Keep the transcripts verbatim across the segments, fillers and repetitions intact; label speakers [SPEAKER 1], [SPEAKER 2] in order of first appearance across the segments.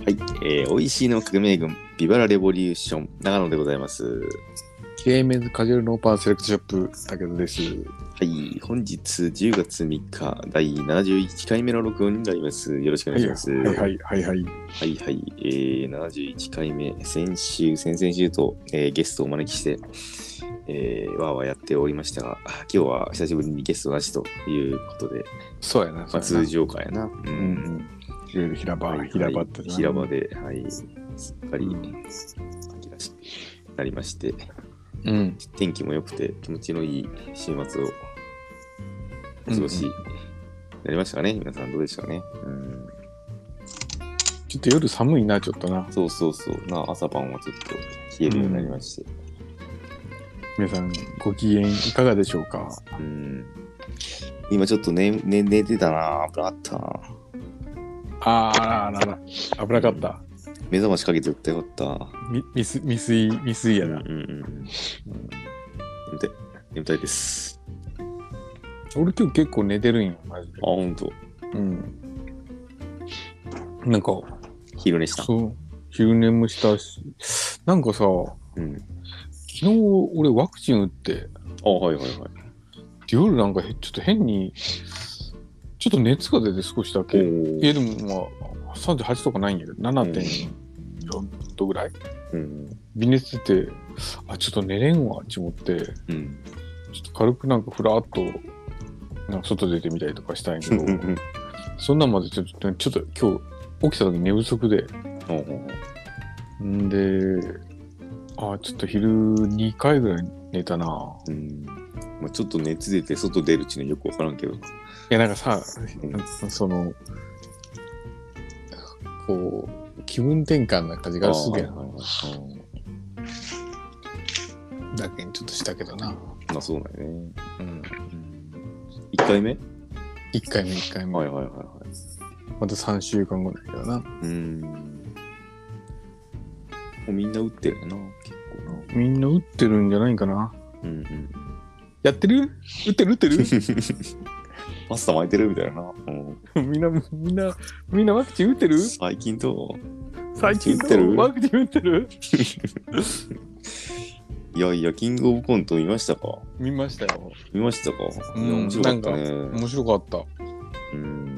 [SPEAKER 1] はい、えー、美味しいの革命軍ビバラレボリューション長野でございます。
[SPEAKER 2] ケーメンズカジュアルノーパンセレクトショップ武田です。
[SPEAKER 1] はい、本日じゅうがつみっかだいななじゅういっかいめの録音になります。よろしくお願いします。
[SPEAKER 2] はいはいはいはいはい
[SPEAKER 1] はいはい、えー、ななじゅういっかいめ、先週先々週と、えー、ゲストをお招きして、えー、わーわーやっておりましたが、今日は久しぶりにゲストなしということで、
[SPEAKER 2] そうやな、
[SPEAKER 1] まあ、通常会やな。うん。
[SPEAKER 2] うんいろいろ平場、
[SPEAKER 1] はい、
[SPEAKER 2] 平場ってな
[SPEAKER 1] 平場で、はい、すっかり秋らしくなりまして、
[SPEAKER 2] うん、
[SPEAKER 1] 天気も良くて気持ちのいい週末をお過ごしになりましたかね、うんうん、皆さんどうでしたかね、うん、
[SPEAKER 2] ちょっと夜寒いな、ちょっとな。
[SPEAKER 1] そうそうそうな、朝晩はちょっと冷えるようになりまして、うん、
[SPEAKER 2] 皆さんご機嫌いかがでしょうか。
[SPEAKER 1] うん、今ちょっと寝、ねね、寝てたな、危なかったな。
[SPEAKER 2] あーあらあらら危なかった、うん、
[SPEAKER 1] 目覚ましかけてよってよかった。
[SPEAKER 2] み未遂未遂やな。うんうんうん、うん、
[SPEAKER 1] 眠たい眠たいです。
[SPEAKER 2] 俺今日結構寝てるんよマジで。
[SPEAKER 1] あ、ほんと。
[SPEAKER 2] うん。なんか
[SPEAKER 1] 昼寝した。
[SPEAKER 2] そう昼寝もしたし、なんかさ、うん、昨日俺ワクチン打って、
[SPEAKER 1] あ、はいはいはい。
[SPEAKER 2] 夜なんかちょっと変にちょっと熱が出て少しだけ。いやでもまあさんじゅうはちとかないんやけど ななてんよんどぐらい、うん、微熱出て、あちょっと寝れんわって思って、うん、ちょっと軽くなんかふらっとなんか外出てみたりとかしたんやけどそんなんまでちょっとちょっと今日起きた時寝不足で、んであちょっと昼にかいぐらい寝たな。うん、
[SPEAKER 1] まあ、ちょっと熱出て外出るうちによくわからんけど。
[SPEAKER 2] いやなんかさ、うん、そのこう気分転換な感じがするやん。だけにちょっとしたけどな。
[SPEAKER 1] まあそうだよね。うん。いっかいめ？
[SPEAKER 2] いっ 回目いっかいめ。
[SPEAKER 1] はいはいはいはい。
[SPEAKER 2] またさんしゅうかんごだけどな。
[SPEAKER 1] うん。もうみんな打ってるよな、結構な。
[SPEAKER 2] みんな打ってるんじゃないかな。うんうん。やってる？打ってる打ってる？
[SPEAKER 1] パスタ巻いてるみたいなな、
[SPEAKER 2] うん、みんなみんなみんなワクチン打ってる？
[SPEAKER 1] 最近ど
[SPEAKER 2] う？最近打ってる？ワクチン打ってる？
[SPEAKER 1] いやいやキングオブコント見ましたか？
[SPEAKER 2] 見ましたよ。
[SPEAKER 1] 見ましたか？
[SPEAKER 2] うん、いや面白かったね。面白かった。うん。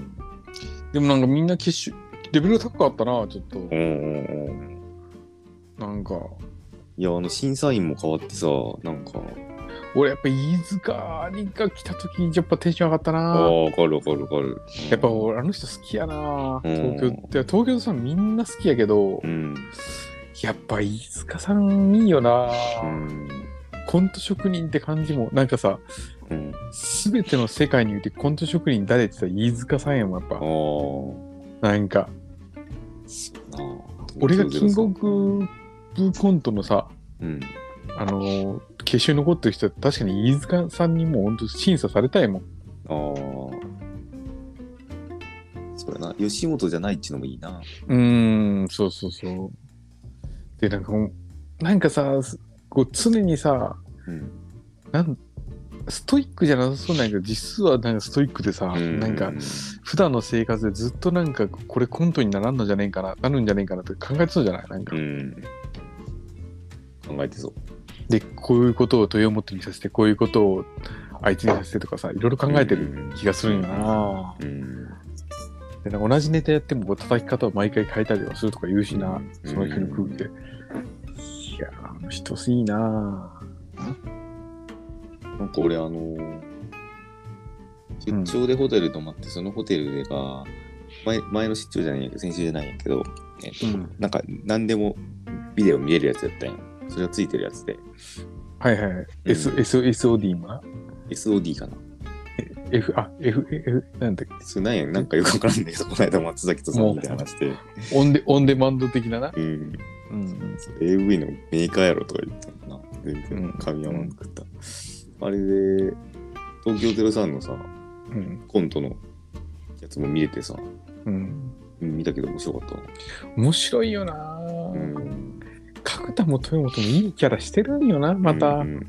[SPEAKER 2] でもなんかみんな決勝レベルが高かったなちょっと。うんうんうん。なんか
[SPEAKER 1] いやあの審査員も変わってさなんか。
[SPEAKER 2] 俺やっぱ飯塚にが来た時にやっぱテンション上がったな。あ
[SPEAKER 1] あ、わかるわかるわかる。
[SPEAKER 2] やっぱ俺あの人好きやな。東京って東京さんみんな好きやけど、うん、やっぱ飯塚さんいいよな、うん。コント職人って感じもなんかさ、うん、全ての世界においてコント職人誰って言ったら飯塚さんやもんやっぱ。なんかそうな。俺がキングオブコントのさ、うんあのー、決勝に残ってる人は確かに飯塚さんにもう本当審査されたいもん。ああ。
[SPEAKER 1] それな、吉本じゃないっていうのもいいな。
[SPEAKER 2] うーん、そうそうそう。で、なんかもう、なんかさ、こう常にさ、うん、なんストイックじゃなさそうなんやけど、実はなんかストイックでさ、んなんか普段の生活でずっとなんかこれコントにならんのじゃねえかな、なるんじゃねえかなって考えてそうじゃないなんか。うん
[SPEAKER 1] 考えてそう。
[SPEAKER 2] でこういうことを豊本にさせてこういうことをあいつにさせてとかさいろいろ考えてる気がするんよな、うんうん、でなんか同じネタやっても叩き方を毎回変えたりはするとか言うしな、うん、その日の空気で、うん、いやあの人いいな
[SPEAKER 1] なんか俺あのー、出張でホテル泊まって、うん、そのホテルが 前, 前の出張じゃないんやけど先週じゃないんやけど、えっとうん、なんか何でもビデオ見れるやつやったんや。それがついてるやつで。
[SPEAKER 2] はいはいはい。うん、S、S、エスオーディー もな。
[SPEAKER 1] エスオーディー かな。
[SPEAKER 2] F、あ、F、F、なんだっけ。
[SPEAKER 1] それなんや、なんかよくわからんだけど、この間松崎とさんみたいな話して。
[SPEAKER 2] オンデ、オンデマンド的なな。うん。うん、
[SPEAKER 1] エーブイ のメーカーやろとか言ったのかな。全然神山食った。うん、あれで、東京ゼロさんのさ、うん、コントのやつも見れてさ、うん、見たけど面白かった。
[SPEAKER 2] 面白いよなぁ。うん角田も豊本もいいキャラしてるんよなまた、うんうんうん、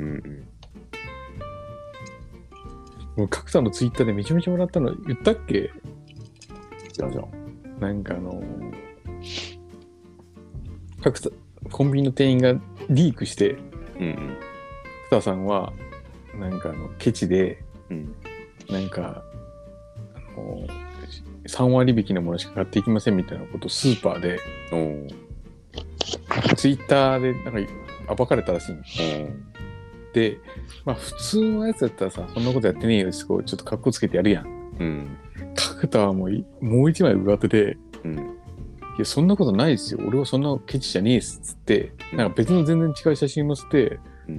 [SPEAKER 2] もう角田のツイッターでめちゃめちゃもらったの言ったっけ？
[SPEAKER 1] 違うじゃん。
[SPEAKER 2] なんかあの角田コンビニの店員がリークして、
[SPEAKER 1] うんうん、
[SPEAKER 2] 角田さんはなんかあのケチで、
[SPEAKER 1] うん、
[SPEAKER 2] なんかあのさん割引きのものしか買っていきませんみたいなことをスーパーでツイッターでなんか暴かれたらしいんで、まあ普通のやつだったらさ、そんなことやってねえよってこうちょっと格好つけてやるやん。うん、角田はもうもう一枚上手で、うん、いやそんなことないですよ、俺はそんなケチじゃねえっすっつって、うん、なんか別の全然違う写真載せて、うん、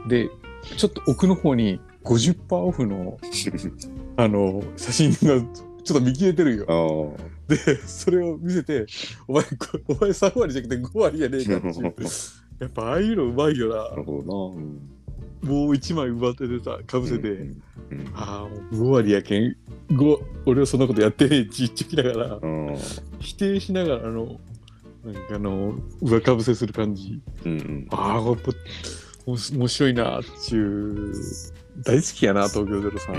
[SPEAKER 2] でちょっと奥の方に ごじゅっパーセント オフのあの写真がちょっと見切れてるよ。でそれを見せて、お前お前さん割じゃなくてご割やねえかっていうやっぱああいうのうまいよな。なるほどな、うん、もう一枚上手でさかぶせて、うんうん、ああもうご割やけんご俺はそんなことやってねえって言っちゃきながら、うん、否定しながらあのなんかあの上かぶせする感じ、うんうん、ああこれ面白いなっていう大好きやな東京ゼロさん、うん、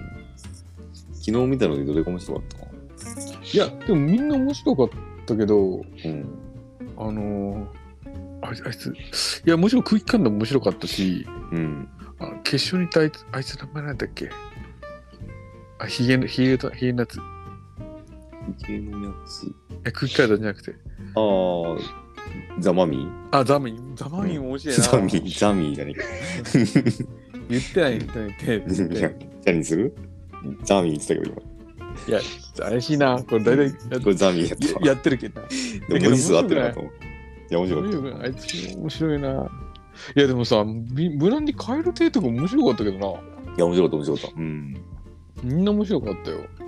[SPEAKER 1] 昨日見たのでどれか面白かったかな。
[SPEAKER 2] いやでもみんな面白かったけど、うん、あのー、あいついやもちろん空気感でも面白かったし、うん、あ決勝にいたあいつあいつ名前なんだっけ、あヒゲのヒゲとヒゲのやつ
[SPEAKER 1] ヒゲのやつ
[SPEAKER 2] え空気感じゃなくて
[SPEAKER 1] ああザマミー
[SPEAKER 2] あザミーザマミーも面白いな、
[SPEAKER 1] うん、ザミーザミーじゃねえか
[SPEAKER 2] 言ってない言ってない言ってない
[SPEAKER 1] じゃあにするザミーって言ったけど今
[SPEAKER 2] いや怪しいなこれ大体
[SPEAKER 1] これザミーやった
[SPEAKER 2] やってるけどな
[SPEAKER 1] でも文字数合ってるなと思う。いや面白かった。
[SPEAKER 2] あいつ面白いな。いやでもさ無難にカエル亭とか面白かったけどな。い
[SPEAKER 1] や面白かった面白かった。うん。
[SPEAKER 2] みんな面白かったよ。うん。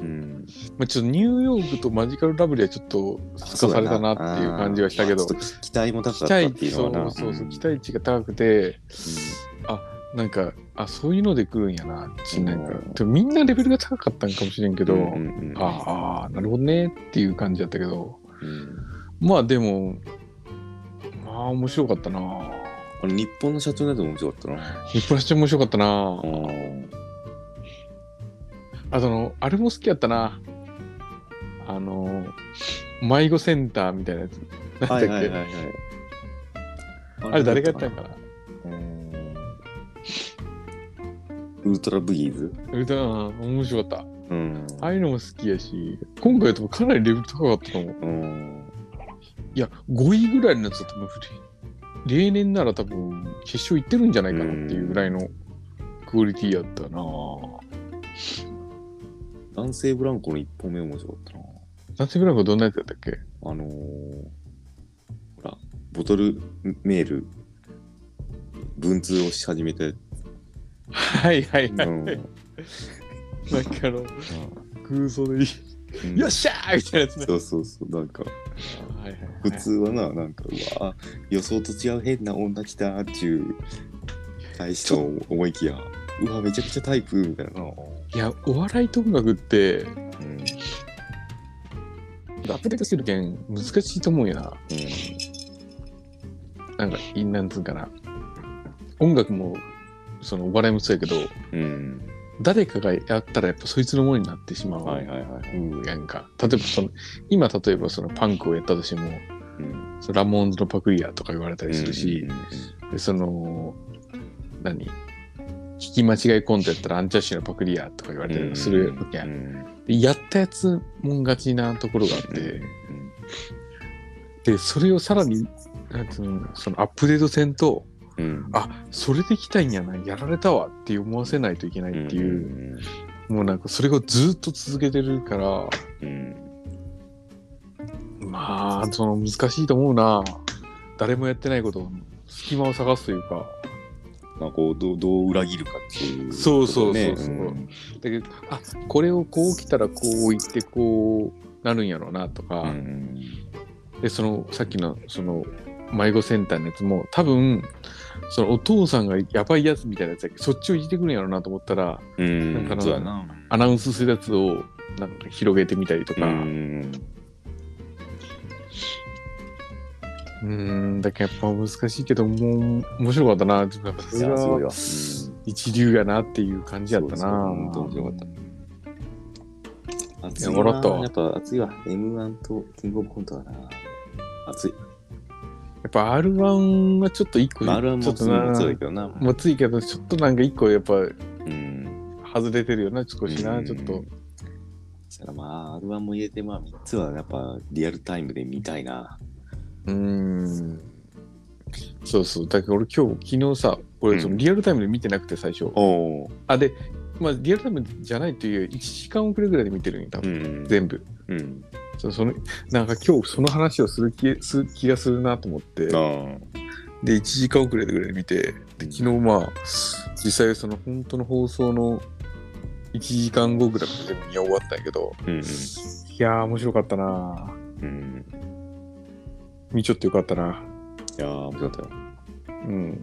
[SPEAKER 2] まあちょっとニューヨークとマジカルラブリーはちょっとすかされたなっていう感じはしたけど。
[SPEAKER 1] ちょっと期待も高かったっていうのはな。
[SPEAKER 2] そうそうそう、うん、期待値が高くて、うん、あなんかあそういうので来るんやなってなんか、でもみんなレベルが高かったんかもしれんけど、うんうんうん、ああなるほどねっていう感じだったけど、うん、まあでもまあ面白かったな。
[SPEAKER 1] あれ日本の社長のやつも面白かったな。
[SPEAKER 2] 日本の社長面白かったな。あとのあれも好きやったな。あの迷子センターみたいなやつ。なんだっけ、はいはいはいはい、あれ誰がやったんかな。
[SPEAKER 1] ウルトラブギーズ
[SPEAKER 2] ウルトラ面白かった、うん、ああいうのも好きやし今回とかなりレベル高かったと思う、うん、いやごいぐらいのやつだと思う。例年なら多分決勝行ってるんじゃないかなっていうぐらいのクオリティやったな、
[SPEAKER 1] うん、男性ブランコのいっぽんめ面白かったな。
[SPEAKER 2] 男性ブランコどんなやつだったっけ。
[SPEAKER 1] あのー、ほらボトルメール文通をし始めて
[SPEAKER 2] はいはいはい、うん、なんかあの、うん、空想でいい、うん、よっしゃーみたいなやつね。
[SPEAKER 1] そうそうそうなんか、はいはいはい、普通はななんかうわ予想と違う変な女来たーっていう対しと思いきやうわめちゃくちゃタイプみたいな。
[SPEAKER 2] いやお笑いと音楽って、うん、アップデートするけん難しいと思うよな、うん、なんかなんつうかな音楽もそのお笑いもそうやけど、うん、誰かがやったらやっぱそいつのものになってしまう、はいはいはい、うん、やんか。例えばその今例えばそのパンクをやったとしても、うん、そのラモーンズのパクリやとか言われたりするし、うん、でその何聞き間違いコントやったらアンジャッシュのパクリやとか言われたりするわけやん、うん、でやったやつもん勝ちなところがあって、うん、でそれをさらになんつうのそのアップデートせんとうん、あそれできたいんやなやられたわって思わせないといけないっていう、うんうん、もうなんかそれをずっと続けてるから、うん、まあその難しいと思うな。誰もやってないことを隙間を探すというか、
[SPEAKER 1] まあ、こう ど, どう裏切るかっていう、ね、
[SPEAKER 2] そうそうそうそう、うん、だけどあこれをこう来たらこう言ってこうなるんやろうなとか、うん、でそのさっきのその迷子センターのやつも多分そのお父さんがやばいやつみたいなやつだけどそっちをいじってくるんやろうなと思ったら、うん、なんかそうやなアナウンスするやつをなんか広げてみたりとか、うんうーんだけどやっぱ難しいけどもう面白かったな。やっぱそれが一流やなっていう感じやったな。本当面白かった。
[SPEAKER 1] 熱いな。やっぱ熱いわ。エムワン とキングオブコントはな熱い。
[SPEAKER 2] っぱ アールワン はちょっと一個、
[SPEAKER 1] まあ、アールワン もついけどな。
[SPEAKER 2] もついけど、ちょっとなんか一個やっぱ、
[SPEAKER 1] うん、
[SPEAKER 2] 外れてるよな、少しな、うん、ちょっと。
[SPEAKER 1] まあ、アールワン も入れて、まあ、みっつはやっぱリアルタイムで見たいな。
[SPEAKER 2] うーん。そうそう。だけど俺今日、昨日さ、俺そのリアルタイムで見てなくて最初。
[SPEAKER 1] うん、
[SPEAKER 2] あ、で、まあ、リアルタイムじゃないといういちじかん遅れぐらいで見てるんよ、多分、うん、全部。うん。そそのなんか今日その話をする 気, す気がするなと思って、でいちじかん遅れぐらいで見て、で昨日まあ実際その本当の放送のいちじかんごぐらいまで見終わったんやけど、うんうん、いやー面白かったな、うん、見ちょってよかったな。
[SPEAKER 1] いやー面白かったよ。
[SPEAKER 2] うん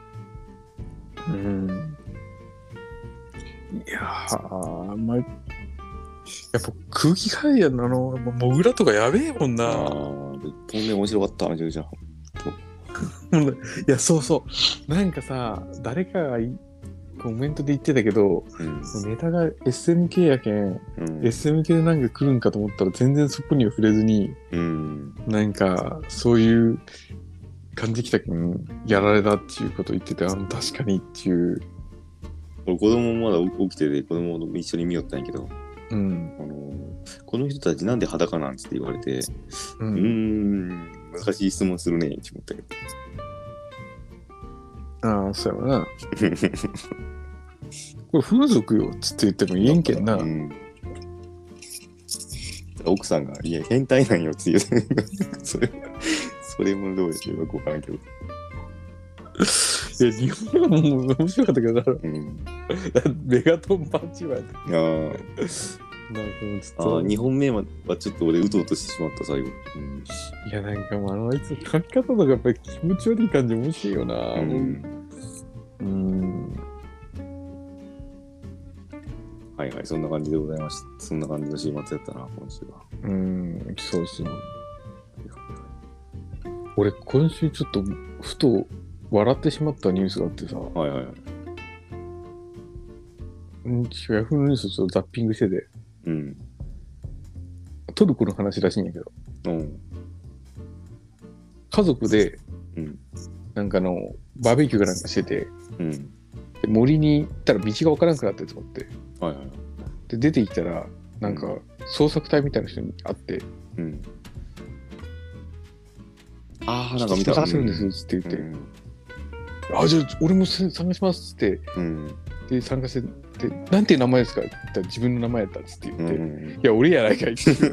[SPEAKER 2] うんいやーまあやっぱ空気階段のあのモグラとかやべえもんな。ああ、
[SPEAKER 1] 当然面白かっためちゃくちゃ。
[SPEAKER 2] いやそうそうなんかさ誰かがコメントで言ってたけど、うん、ネタが エスエムケー やけん、うん、エスエムケー でなんか来るんかと思ったら全然そこには触れずに、うん、なんかそういう感じきたけんやられたっていうことを言ってて、あの確かにっていう。
[SPEAKER 1] 俺子供もまだ起きてて子供と一緒に見よったんやけど。うん、あのこの人たちなんで裸なんつって言われて、うん、うーん難しい質問するねって思ったけ
[SPEAKER 2] ど。ああそうやな。これ風俗よっつって言っても言えんけんな。うん、
[SPEAKER 1] 奥さんがいや変態なんよっつって言ってそれそれもどうでしょうよくわからんけど。
[SPEAKER 2] いや日本はもう面白かったけどな、うん、メガトンパンチマンやった。あ
[SPEAKER 1] ああにほんめはちょっと俺うとうとしてしまった最後、うん、
[SPEAKER 2] いやなんかもうあのあいつ書き方とかやっぱり気持ち悪い感じ面白いよな。うんうん
[SPEAKER 1] はいはいそんな感じでございました。そんな感じの週末やったな今週は。
[SPEAKER 2] うんそうそう俺今週ちょっとふと笑ってしまったニュースがあってさ、はいはいはい。うん、ヤフーのニュースちょっとザッピングしてて、うん。トルコの話らしいんやけど、うん。家族で、うん。なんかのバーベキューかなんかしてて、うん。で森に行ったら道が分からなくなってと思って、はいはい。で出てきたらなんか捜索隊みたいな人に会って、うん。ああなんか見た探せるんですって言って。うんあ、じゃあ俺も探しますって、うん、で参加して、なんていう名前ですかって言ったら自分の名前やったっつって言って、うん、いや俺やないかいってい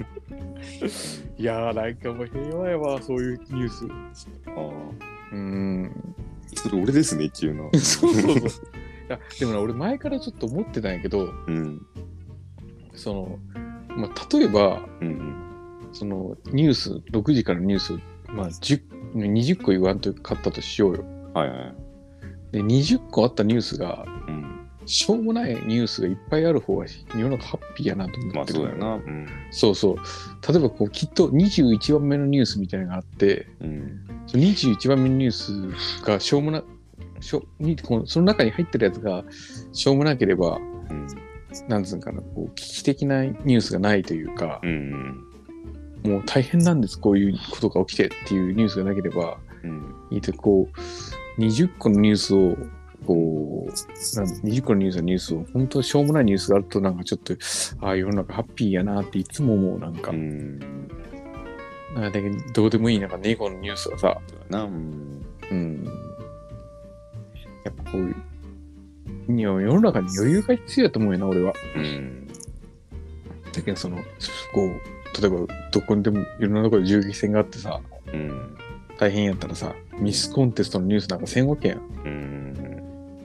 [SPEAKER 2] やーなんかもう平和やわそういうニュース。ああ
[SPEAKER 1] うんそれ俺ですねっていうの
[SPEAKER 2] そうそうそういやでもな俺前からちょっと思ってたんやけど、うん、そのまあ例えば、うん、そのニュースろくじからニュースまあじゅうにじゅっこ言わんと買ったとしようよ。はいはい、でにじゅっこあったニュースが、うん、しょうもないニュースがいっぱいある方が世の中ハッピーやなと思ってる。まあそうだよな、うん、そうそう例えばこうきっとにじゅういちばんめのニュースみたいなのがあって、うん、そのにじゅういちばんめのニュースがしょうもなしょにこのその中に入ってるやつがしょうもなければ、うん、なんつうのかなこう危機的なニュースがないというか、うんうん、もう大変なんですこういうことが起きてっていうニュースがなければ、うん、いいとこうにじゅっこのニュースをこうなんにじゅっこのニュースのニュースを本当にしょうもないニュースがあるとなんかちょっとああ世の中ハッピーやなっていつも思うなんかうんなんかどうでもいいなんかネゴのニュースはさなうんうんやっぱこういう世の中に余裕が必要やと思うよな俺はうんだけどそのこう例えばどこにでもいろんなところで銃撃戦があってさうん大変やったらさミスコンテストのニュースなんかせんわけやん。うん。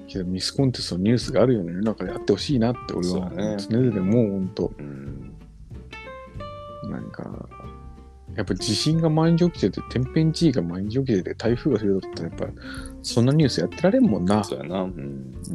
[SPEAKER 2] けどミスコンテストのニュースがあるような世の中であってほしいなって俺は常々もうほんと。うん。なんかやっぱ地震が毎日起きてて天変地異が毎日起きてて台風がするとったらやっぱそんなニュースやってられんもんな。そうやな。うん。うん、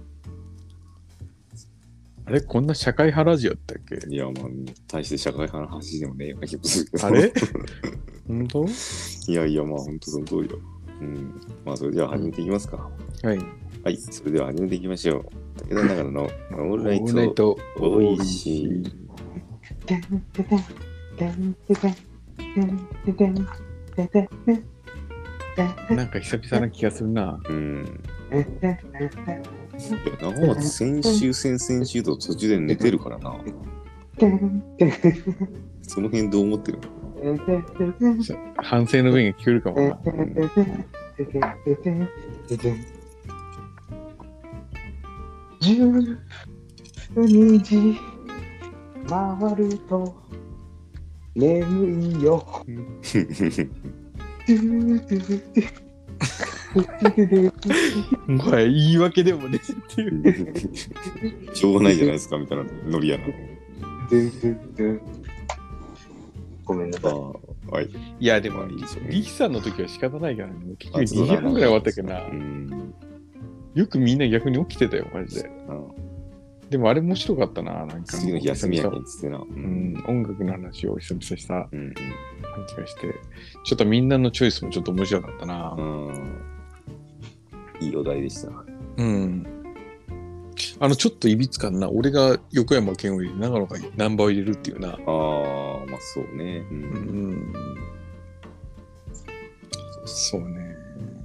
[SPEAKER 2] あれこんな社会派ラジオやったっけ？
[SPEAKER 1] いやまあ大して社会派の話でもねえような気もするけど。
[SPEAKER 2] あれ？本当？
[SPEAKER 1] いやいやまあ本当その通りよ。うん。まあそれでは始めていきますか。
[SPEAKER 2] うん、はい。
[SPEAKER 1] はい。それでは始めていきましょう。武田長野のオールナイトおいしい。
[SPEAKER 2] なんか久々な気がするな。
[SPEAKER 1] うん。中松先週、先々週と途中で寝てるからな。その辺どう思ってる
[SPEAKER 2] の？反省の弁が聞こえるかもな。
[SPEAKER 3] じゅうにじ回ると眠いよ。
[SPEAKER 2] もはや言い訳でもねっていう。
[SPEAKER 1] しょうがないじゃないですかみたいなノリやな。
[SPEAKER 3] ごめんなさい。
[SPEAKER 1] はい、
[SPEAKER 2] いやでもリキさんの時は仕方ないからね。結局にじはんぐらい終わったけどな。よくみんな逆に起きてたよマジで。でもあれ面白かったな。なんか
[SPEAKER 1] 次の日休みやけんつってな。
[SPEAKER 2] うん、音楽の話を久々した感じがして、ちょっとみんなのチョイスもちょっと面白かったな。うん、
[SPEAKER 1] いいお題でした。
[SPEAKER 2] うん。あのちょっといびつかんな。俺が横山健を入れ長野がナンバーを入れるっていうな。ああ、
[SPEAKER 1] まあそうね。うん。うん、
[SPEAKER 2] そうね。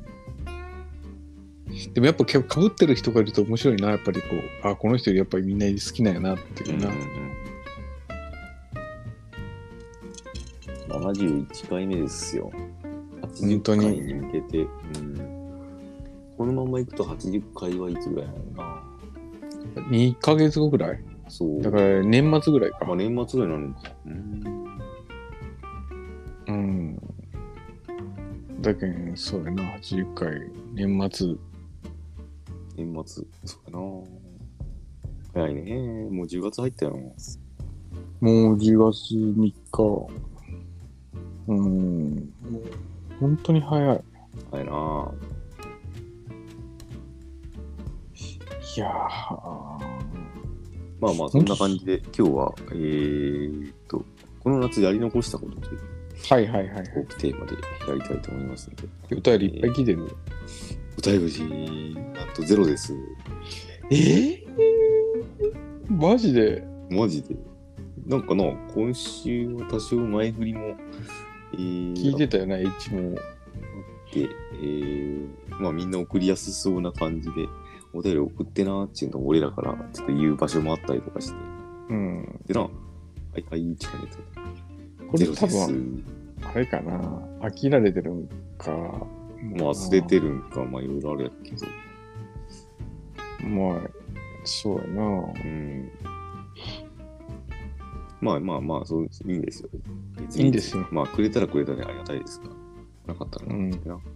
[SPEAKER 2] でもやっぱかぶってる人がいると面白いな。やっぱりこう、あこの人やっぱりみんな好きなんやなっていうな。うん
[SPEAKER 1] うん、ななじゅういっかいめですよ。はちじゅっかいに向けて、うん、このままいくとはちじゅっかいはいつぐらいなのか
[SPEAKER 2] な。にかげつごぐらい。
[SPEAKER 1] そう
[SPEAKER 2] だから年末ぐらいか。
[SPEAKER 1] まあ年末ぐらいなのか。うん。
[SPEAKER 2] うん、だけどそうやな、はちじゅっかい年末。
[SPEAKER 1] 年末、そうだな。早いね。もうじゅうがつ入ったよ。
[SPEAKER 2] もうじゅうがつみっか。うん。本当に早い。
[SPEAKER 1] 早いな。
[SPEAKER 2] いやー。
[SPEAKER 1] まあまあ、そんな感じで、今日は、えーっと、この夏やり残したことという、
[SPEAKER 2] はいはいはい、はい。
[SPEAKER 1] テーマでやりたいと思いますので。
[SPEAKER 2] お便りいっぱい聞いてる。
[SPEAKER 1] お便り、なんとゼロです。
[SPEAKER 2] えー、マジで
[SPEAKER 1] マジでなんかな、今週は多少前振りも、
[SPEAKER 2] えー、聞いてたよな、H も。
[SPEAKER 1] で、えー、まあみんな送りやすそうな感じで、お便り送ってなーっていうのを俺らからちょっと言う場所もあったりとかして。
[SPEAKER 2] うん。
[SPEAKER 1] でな、はいはい、近めて。
[SPEAKER 2] これ多分、あれかな、飽きられてるんか。
[SPEAKER 1] まあ忘れてるんか、まあいろいろあるやけど。
[SPEAKER 2] まあ、そうやな。うん。
[SPEAKER 1] まあまあまあ、そういいんですよ。
[SPEAKER 2] いいんですよ。
[SPEAKER 1] まあ、くれたらくれたでありがたいですが。なかったらな。うん。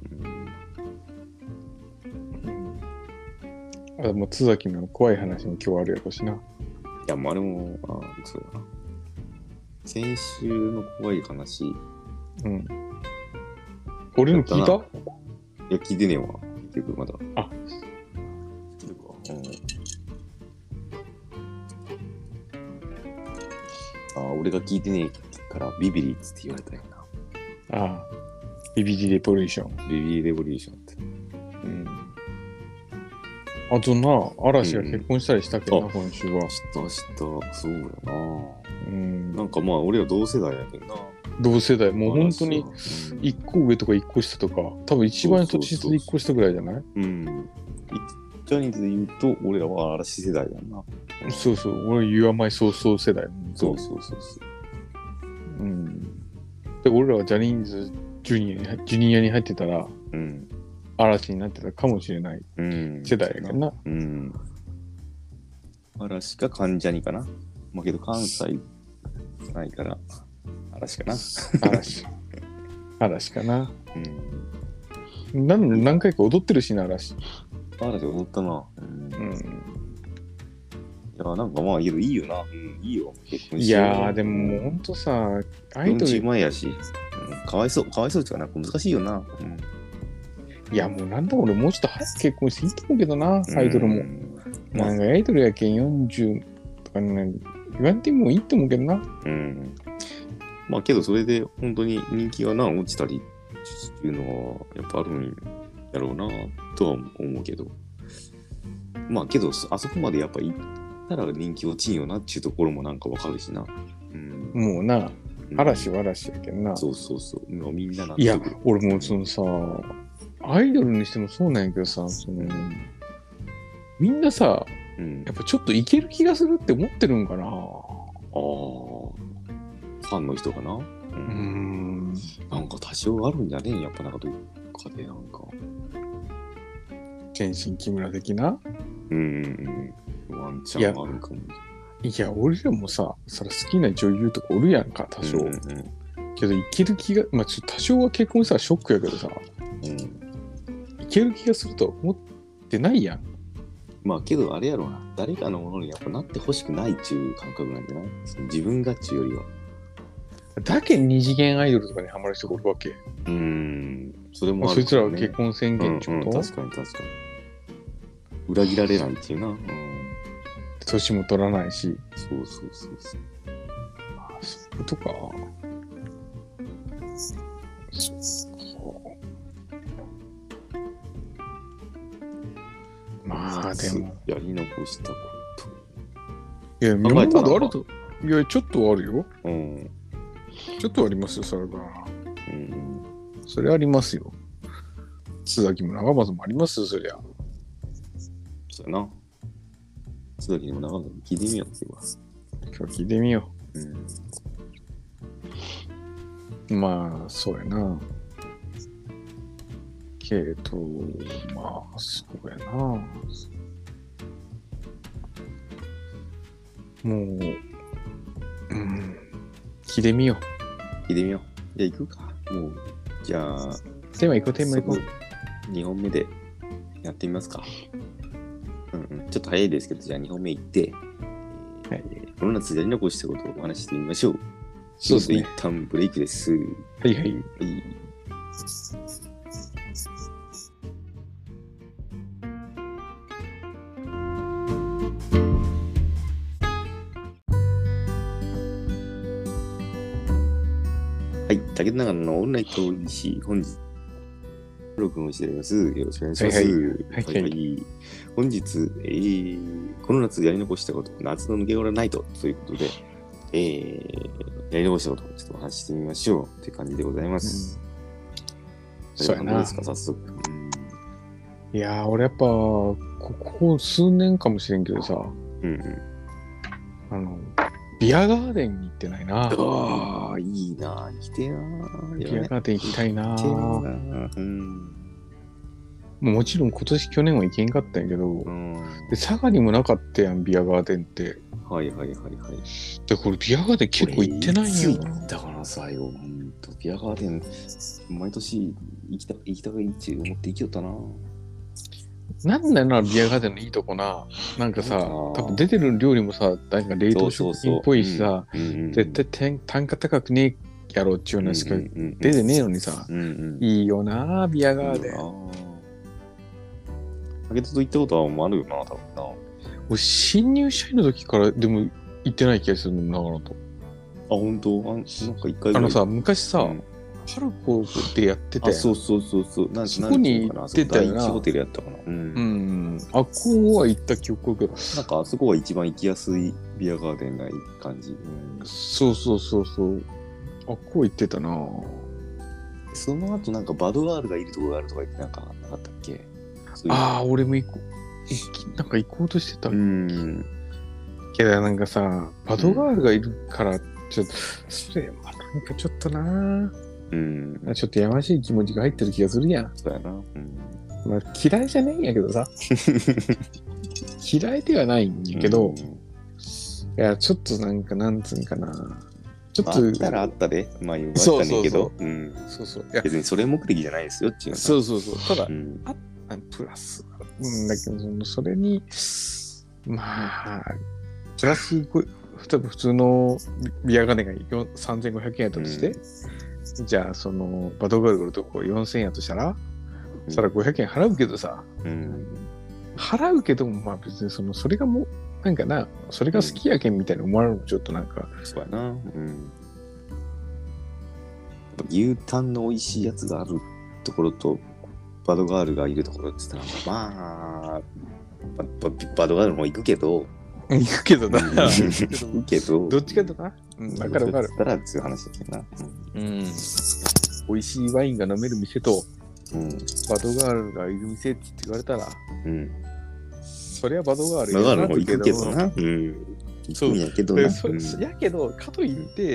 [SPEAKER 2] うん、あ、もう、津崎の怖い話も今日あるやろしな。い
[SPEAKER 1] や、もうあれも、ああ、そうだな。先週の怖い話。
[SPEAKER 2] うん。俺の聞いた？い
[SPEAKER 1] や、聞いてねえわ。結局まだ。
[SPEAKER 2] あ、
[SPEAKER 1] 聞いてるか。うん。ああ、俺が聞いてねえからビビリッツって言われたよ
[SPEAKER 2] な。ああ。ビビリレボリューション。
[SPEAKER 1] ビビリレボリューションって。
[SPEAKER 2] うん。あとな、嵐が結婚したりしたけどな、うん、今週は。
[SPEAKER 1] したした、そうやな。うん。なんかまあ、俺ら同世代やけどな。
[SPEAKER 2] 同世代、もう本当にいっこ上とかいっこ下とか、多分一番年下でいっこ下ぐらいじゃない？
[SPEAKER 1] うん。ジャニーズで言うと、俺らは嵐世代だな。
[SPEAKER 2] そうそう、俺、ユアマイソーソー世代。
[SPEAKER 1] そうそうそうそう。
[SPEAKER 2] うん。で、俺らはジャニーズジュニアに、ジュニアに入ってたら、うん、嵐になってたかもしれない世代やからな。うん。
[SPEAKER 1] 嵐か関ジャニかな。まあけど関西じゃないから、嵐かな。
[SPEAKER 2] 嵐。嵐かな。うん。何, 何回か踊ってるしな、嵐。
[SPEAKER 1] 嵐踊ったな。うん。うん、いや、なんかまあいいよ、いいよな。うん、いいよ。
[SPEAKER 2] 結婚しよう。いやー、でももうほんとさ、
[SPEAKER 1] アイドル。よんじゅうまんやし、うん。かわいそう、かわいそうっていうかなんか難しいよな。うん。
[SPEAKER 2] いや、もうなんだ俺、もうちょっと早く結婚していいと思うけどな、アイドルも。うん、なんかアイドルやけんよんじゅうとかね、言わんでもいいと思うけどな。
[SPEAKER 1] うん。まあけどそれで本当に人気がな落ちたりっていうのはやっぱあるんやろうなとは思うけど、まあけどあそこまでやっぱ行ったら人気落ちんよなっていうところもなんかわかるしな。
[SPEAKER 2] うん、もうな、 嵐は嵐やけんな。
[SPEAKER 1] そうそうそう。もうみんななん
[SPEAKER 2] いや、俺もそのさ、アイドルにしてもそうなんやけどさ、その、みんなさ、うん、やっぱちょっといける気がするって思ってるんかな。ああ、
[SPEAKER 1] ファンの人かな。うん。うんなんか多少あるんじゃねえやっぱなんかどっかでなんか。
[SPEAKER 2] 天心木村的な。
[SPEAKER 1] うんうんうん。ワンチャンあるかも。
[SPEAKER 2] いや、俺らもさ、それ好きな女優とかおるやんか、多少。うんうんうん、けど、いける気が、まあ、ちょっと多少は結婚したらショックやけどさ、うん、いける気がするとは思ってないやん。
[SPEAKER 1] まあ、けどあれやろうな、誰かのものにやっぱなってほしくないっていう感覚なんじゃない？その自分がっちゅうよりは。
[SPEAKER 2] だけ二次元アイドルとかにハマる人がおるわけ。う
[SPEAKER 1] ーん、それもある、
[SPEAKER 2] ね。そいつらは結婚宣言中、
[SPEAKER 1] うんうん、確かに確かに。裏切られないっていうな。うん
[SPEAKER 2] 年も取らないし。
[SPEAKER 1] そうそうそうそう。
[SPEAKER 2] ああ、そういうことか。そうまあでも。
[SPEAKER 1] やり残したこと。
[SPEAKER 2] いや、今まであると。いや、ちょっとあるよ。うん。ちょっとありますよ、それが。うん。それありますよ。津崎も長松もありますよ、そりゃ。
[SPEAKER 1] そうやな。津崎にも長松に聞いてみようって言うわ。
[SPEAKER 2] 今日聞いてみよう。うん。まあ、そうやな。けど、まあ、そうやな。もう、うん。聞いてみよ
[SPEAKER 1] う。聞いてみよう。じゃあ行くか。もう、じゃあ。
[SPEAKER 2] テーマ行こう、テーマ行こ
[SPEAKER 1] う。にほんめでやってみますか。うんうん。ちょっと早いですけど、じゃあにほんめ行って、はい、この夏やり残したことをお話してみましょう。そうですね。一旦ブレイクです。
[SPEAKER 2] はいはい。はい
[SPEAKER 1] はい、竹永のオンライト イーシー、本日、録音しております。よろしくお願いします。はいはい。はいはい、本日、えー、この夏やり残したこと、夏の抜け殻ナイトということで、えー、やり残したことをちょっとお話ししてみましょうという感じでございます。うん、そうやな。どうですか、早速。うん、
[SPEAKER 2] いやー、俺やっぱ、ここ数年かもしれんけどさ、うんうん、あの、ビアガーデンに行ってないな。
[SPEAKER 1] ああ、いいな。行きてえな。
[SPEAKER 2] ビアガーデン行きたいな。行きてえな。うん。もちろん今年去年は行けんかったんやけど、うん、で佐賀にもなかったやん、ビアガーデンって。
[SPEAKER 1] はいはいはいはい。
[SPEAKER 2] で、これビアガーデン結構行ってないんよ。
[SPEAKER 1] だからさよ、ほんと、ビアガーデン、毎年行きた行きたいって思って行きよったな。
[SPEAKER 2] なんだよな、ビアガーデンのいいとこな。なんかさ、多分出てる料理もさ、なんか冷凍食品っぽいしさ、絶対単価高くねえやろっていうのしか出てねえのにさ、うんうん、いいよな、ビアガーデン。
[SPEAKER 1] 竹田と行ったことはもうあるよな、多分な。
[SPEAKER 2] 俺、新入社員の時からでも行ってない気がするの、長野と。
[SPEAKER 1] あ、ほんと？あ、なんか一回ぐらい。
[SPEAKER 2] あのさ、昔さ、うんパルコでやってて、
[SPEAKER 1] あ、そうそうそうそう、
[SPEAKER 2] なんそこに行ってたよな。
[SPEAKER 1] 第一ホテルやったかな。うん。
[SPEAKER 2] うん、あ、こうは行った記憶が。
[SPEAKER 1] なんかあそこは一番行きやすいビアガーデンがいい感じ。うん、
[SPEAKER 2] そうそうそうそう。あ、こう行ってたな。
[SPEAKER 1] その後なんかバドガールがいるところがあるとか言ってなんかなかったっけ？う
[SPEAKER 2] うああ、俺も行こう。なんか行こうとしてた。うん。けどなんかさ、バドガールがいるから、ちょっと、それはなんかちょっとな。うん、ちょっとやましい気持ちが入ってる気がするやん。
[SPEAKER 1] そうやな。うん、
[SPEAKER 2] まあ、嫌いじゃないんやけどさ。嫌いではないんやけど、うん、いや、ちょっとなんか、なんつうんかな。ちょっと。
[SPEAKER 1] あったらあったで、まあ言われたねんけど。そうそう。いや別にそれ目的じゃないですよっていうの。
[SPEAKER 2] そうそうそう。ただ、うん、あプラス、うんだけど、それに、まあ、プラス、多分普通のビアガーデンがさんぜんごひゃくえんやったとして、うん、じゃあそのバドガールのとこよんせんえんやとしたら、うん、そしたらごひゃくえん払うけどさ、うん、払うけどもまあ別にそのそれがもうなんかなそれが好きやけんみたいに思われるのもちょっとなんか、
[SPEAKER 1] うん、そうやな、うん、牛タンの美味しいやつがあるところとバドガールがいるところって言ったらまあバ, バ, バドガールも行くけど
[SPEAKER 2] 行くけどな。
[SPEAKER 1] 行くけど。
[SPEAKER 2] どっちかとな。うん、わかるわかる。
[SPEAKER 1] だったらっていう話だけどな。
[SPEAKER 2] うん。美味しいワインが飲める店と、
[SPEAKER 1] うん、
[SPEAKER 2] バドガールがいる店って言われたら、
[SPEAKER 1] うん。
[SPEAKER 2] そりゃバドガール
[SPEAKER 1] バドガールの方行くけどな。うん。そう。やけどな。
[SPEAKER 2] そうん、やけど、かといって、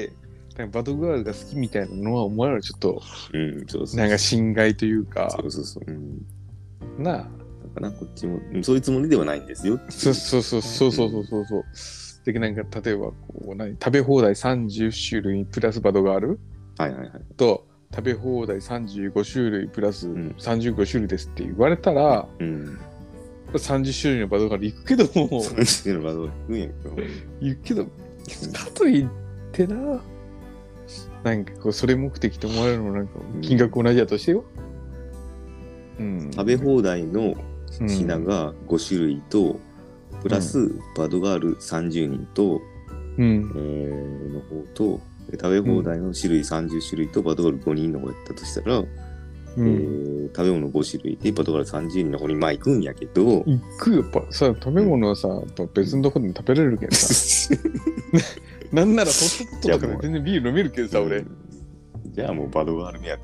[SPEAKER 2] なんかバドガールが好きみたいなのは、お前らちょっと、
[SPEAKER 1] うん、そうそう。
[SPEAKER 2] なんか侵害というか、
[SPEAKER 1] そうそうそう。うん、
[SPEAKER 2] なあ。
[SPEAKER 1] だからこっちも、そういうつもりではないんですよ。
[SPEAKER 2] そうそうそうそうそうそうそうそう。で、なんか例えばこう何食べ放題さんじゅっ種類プラスバドガール、
[SPEAKER 1] はいはいはい。
[SPEAKER 2] と食べ放題さんじゅうご種類プラスさんじゅうご種類ですって言われたら、
[SPEAKER 1] うん、
[SPEAKER 2] さんじゅっ種類のバドガール行くけども、
[SPEAKER 1] さんじゅう種類のバドガール行くんやけど、
[SPEAKER 2] 行くけど、かといってな、なんかこうそれ目的と思われるのなんか金額同じだとしてよ。
[SPEAKER 1] うん、食べ放題の品がご種類と、プラスバドガールさんじゅうにんと、うん、えー、の方と、食べ放題の種類さんじゅっ種類とバドガールごにんの方やったとしたら、うん、えー、食べ物ご種類でバドガールさんじゅうにんの方にまあ行くんやけど、
[SPEAKER 2] 行くよ、やっぱさ、食べ物はさ、やっぱ別のとこでも食べれるけどさ。なんならホットポットとかで全然ビール飲めるけどさ、俺。
[SPEAKER 1] じゃあもうバドガール目やって。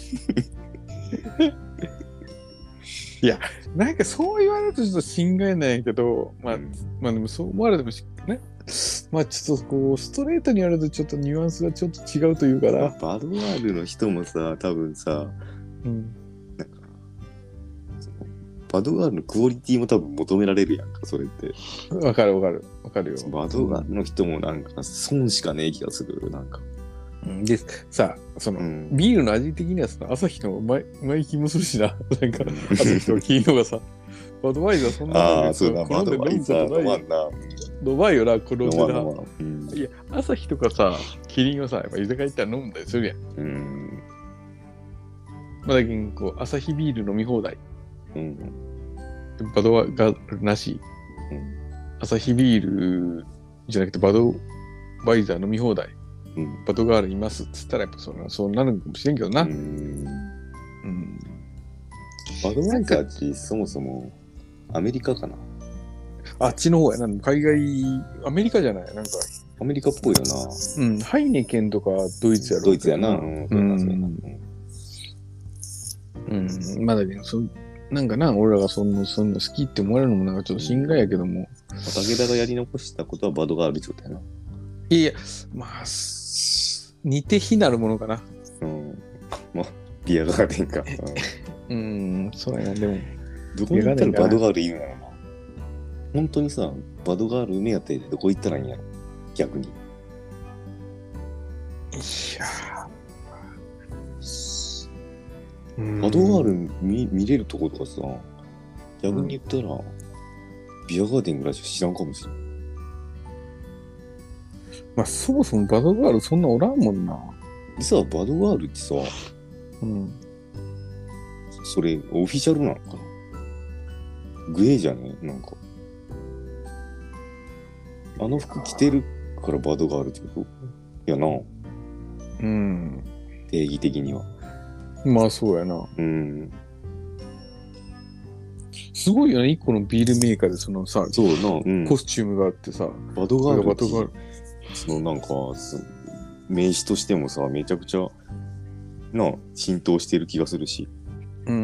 [SPEAKER 2] いや、なんかそう言われるとちょっと心外なんやけど、まあ、うん、まあでもそう思われてもね、まあちょっとこう、ストレートに言われるとちょっとニュアンスがちょっと違うというかな。
[SPEAKER 1] バドガールの人もさ、多分さ、うん、なんか、バドガールのクオリティも多分求められるやんか、それって。
[SPEAKER 2] わかるわかる。わかるよ。
[SPEAKER 1] バドガールの人もなんか、損しかねえ気がする、なんか。
[SPEAKER 2] でさ、その、うん、ビールの味的にはさ、朝日のうまい、うまい気もするしな。なんか、朝日と黄色がさ、バドワイザーそんな
[SPEAKER 1] ああ、そうだ、バドワイザー飲まんな。
[SPEAKER 2] 飲まんよな、この値段。うん、いや、朝日とかさ、キリンはさ、やっぱ居酒屋行ったら飲むんだよ、するやん。うん。まあ、だけど、こう、朝日ビール飲み放題。うん。バドワがなし。うん。朝日ビールじゃなくて、バドワイザー飲み放題。うん、バドガールいますっつったらやっぱそそうなるかもしれんけどな。うん。
[SPEAKER 1] うん、バドワイザーってそもそもアメリカかな。
[SPEAKER 2] あっちの方やな。海外、アメリカじゃないなんか。
[SPEAKER 1] アメリカっぽいよな。
[SPEAKER 2] うん。ハイネケンとかドイツやろ。
[SPEAKER 1] ドイツやな。うん。うん。
[SPEAKER 2] うん。まだけど、そう、なんかな、俺らがそんな、そんな好きって思われるのもなんかちょっと心外やけども。
[SPEAKER 1] 武田がやり残したことはバドガールってことやな。
[SPEAKER 2] いや、まあ、似て非なるものかな。
[SPEAKER 1] うん。まあ、ビアガーデンか。
[SPEAKER 2] うん、うんそうやな、でも。
[SPEAKER 1] どこに行ったらバドガールいるんやろな。本当にさ、バドガール目当てでどこ行ったらいいんやろ逆に。い
[SPEAKER 2] や
[SPEAKER 1] ー。バドガール 見, 見れるとことかさ、逆に言ったら、うん、ビアガーデンぐらいしか知らんかもしれん。
[SPEAKER 2] まあ、そもそもバドガールそんなおらんもんな。
[SPEAKER 1] 実はバドガールってさ、うん。それ、オフィシャルなのかなグエーじゃねなんか。あの服着てるからバドガールってこといやな。うん。定義的には。
[SPEAKER 2] まあ、そうやな。うん。すごいよね、一個のビールメーカーでそのさ、
[SPEAKER 1] そうな、うん、
[SPEAKER 2] コスチュームがあってさ、
[SPEAKER 1] バドガールバドガール。そのなんか名詞としてもさめちゃくちゃな浸透してる気がするし、うん。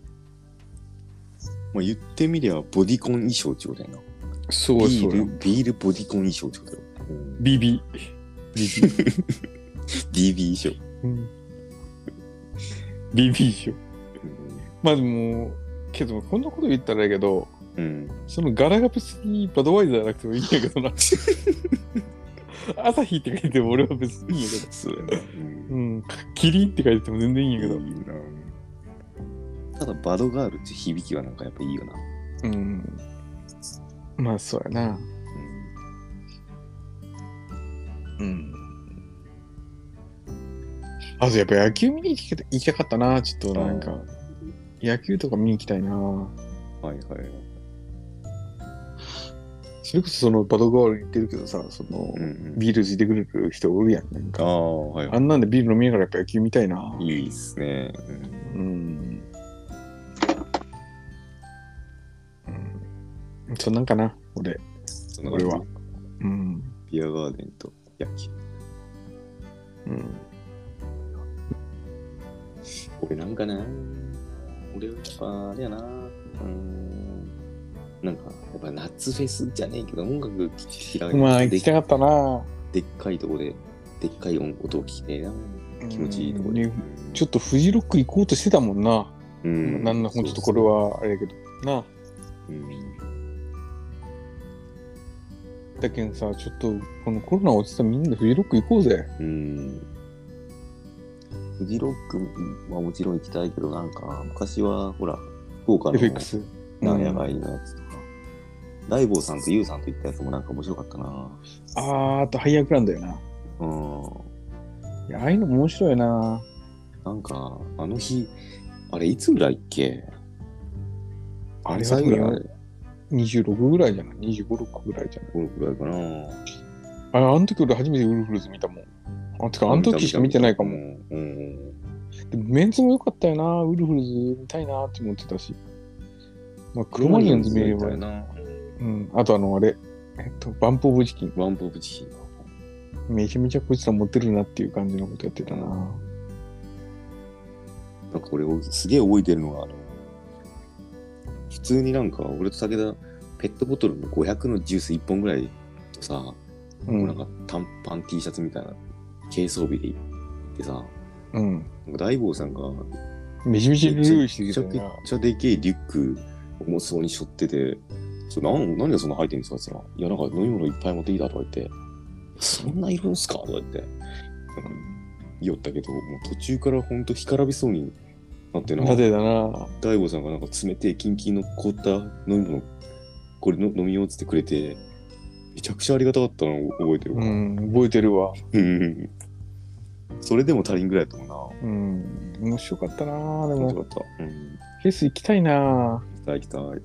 [SPEAKER 1] まあ言ってみりゃボディコン衣装ってことやな。
[SPEAKER 2] そうそう。
[SPEAKER 1] ビールビールボディコン衣装ってことやろ。
[SPEAKER 2] うん、ビービー。
[SPEAKER 1] ビービー。ビービー衣装。うん。
[SPEAKER 2] ビービー衣装。うん、まあでもけどこんなこと言ったらやけど、うん、その柄が別にバドワイザーじゃなくてもいいんやけどな。朝日って書いても俺は別にいいんやけど。そうやな。うん。キリンって書いてても全然いいんやけど。いいな。
[SPEAKER 1] ただバドガールって響きはなんかやっぱいいよな。うん。
[SPEAKER 2] まあそうやな。うん。うん、あとやっぱ野球見に行きたかったな。ちょっとなんか野球とか見に行きたいな。はいはい。それこそそのバドガール言ってるけどさ、その、うんうん、ビールついてくれる人おるやん。なんか、あ、はいはい、あんなんでビール飲みながらやっぱ野球見たいな。
[SPEAKER 1] いいっすね。うん。うん
[SPEAKER 2] うん、そんなんかな、俺。
[SPEAKER 1] そんな
[SPEAKER 2] 俺は
[SPEAKER 1] 感じ。
[SPEAKER 2] うん。
[SPEAKER 1] ビアガーデンと野球。
[SPEAKER 2] うん。
[SPEAKER 1] 俺なんかな俺はやっぱあれやなうーん。なんか、やっぱ夏フェスじゃねえけど、音楽聴きたい。
[SPEAKER 2] まあ、行きたかったな。
[SPEAKER 1] でっかいとこで、でっかい音を聴きてえな。気持ちいいとこで。
[SPEAKER 2] ね、ちょっとフジロック行こうとしてたもんな。
[SPEAKER 1] うん。
[SPEAKER 2] なんだ、ほんとこれはあれやけど。な。
[SPEAKER 1] うん。
[SPEAKER 2] だけどさ、ちょっとこのコロナ落ちたらみんなでフジロック行こうぜ。
[SPEAKER 1] うん。フジロックはもちろん行きたいけど、なんか、昔はほら、福岡の
[SPEAKER 2] エフエックス。
[SPEAKER 1] なんやがいのやつとか、大坊さんとユウさんと行ったやつもなんか面白かったな。
[SPEAKER 2] あー、あとハイヤークランだよな。
[SPEAKER 1] うん。
[SPEAKER 2] いや、ああいうの面白いな。
[SPEAKER 1] なんか、あの日、あれいつぐらいっけ
[SPEAKER 2] あれはぐらいにじゅうろくぐらいじゃない ?にじゅうご、ろくぐらいじゃない ?ご
[SPEAKER 1] ぐらいかな。
[SPEAKER 2] あれ、あの時俺初めてウルフルズ見たもん。あ、てか、あの時しか見てないかも。
[SPEAKER 1] うん。
[SPEAKER 2] でもメンツも良かったよな。ウルフルズ見たいなって思ってたし。まあ、クロマニオンズ見ればいいな。うん。あとあの、あれ、えっと、バンプオブチキン。
[SPEAKER 1] バンプオブチキ
[SPEAKER 2] ン。めちゃめちゃこいつら持ってるなっていう感じのことやってたな。
[SPEAKER 1] なんか俺、すげえ覚えてるのが、あの、普通になんか、俺と武田、ペットボトルのごひゃくのジュースいっぽんぐらいとさ、うん、なんか短パン T シャツみたいな軽装備で行ってさ、
[SPEAKER 2] うん。
[SPEAKER 1] なんか大坊さんが、
[SPEAKER 2] めちゃめちゃルーしてきたな。
[SPEAKER 1] めちゃくちゃでけえリュック重そうに背負ってて、それ何何でそんな履いてるんですかって言ったら、いや、なんか飲み物いっぱい持ってきたとか言って、そんないるんすかとか言って、言おったけど、もう途中からほんと干からびそうになってな。
[SPEAKER 2] なぜだな。
[SPEAKER 1] 大悟さんがなんか冷てえキンキンの凍った飲み物、これの飲みようっつってくれて、めちゃくちゃありがたかったのを覚えてるわ。
[SPEAKER 2] うん、覚えてるわ。
[SPEAKER 1] それでも足りんぐらいだったもんな。
[SPEAKER 2] うん、面白かったな。でも、
[SPEAKER 1] 面白かった。うん、
[SPEAKER 2] フェス行きたいな。
[SPEAKER 1] 行きたい行きたい。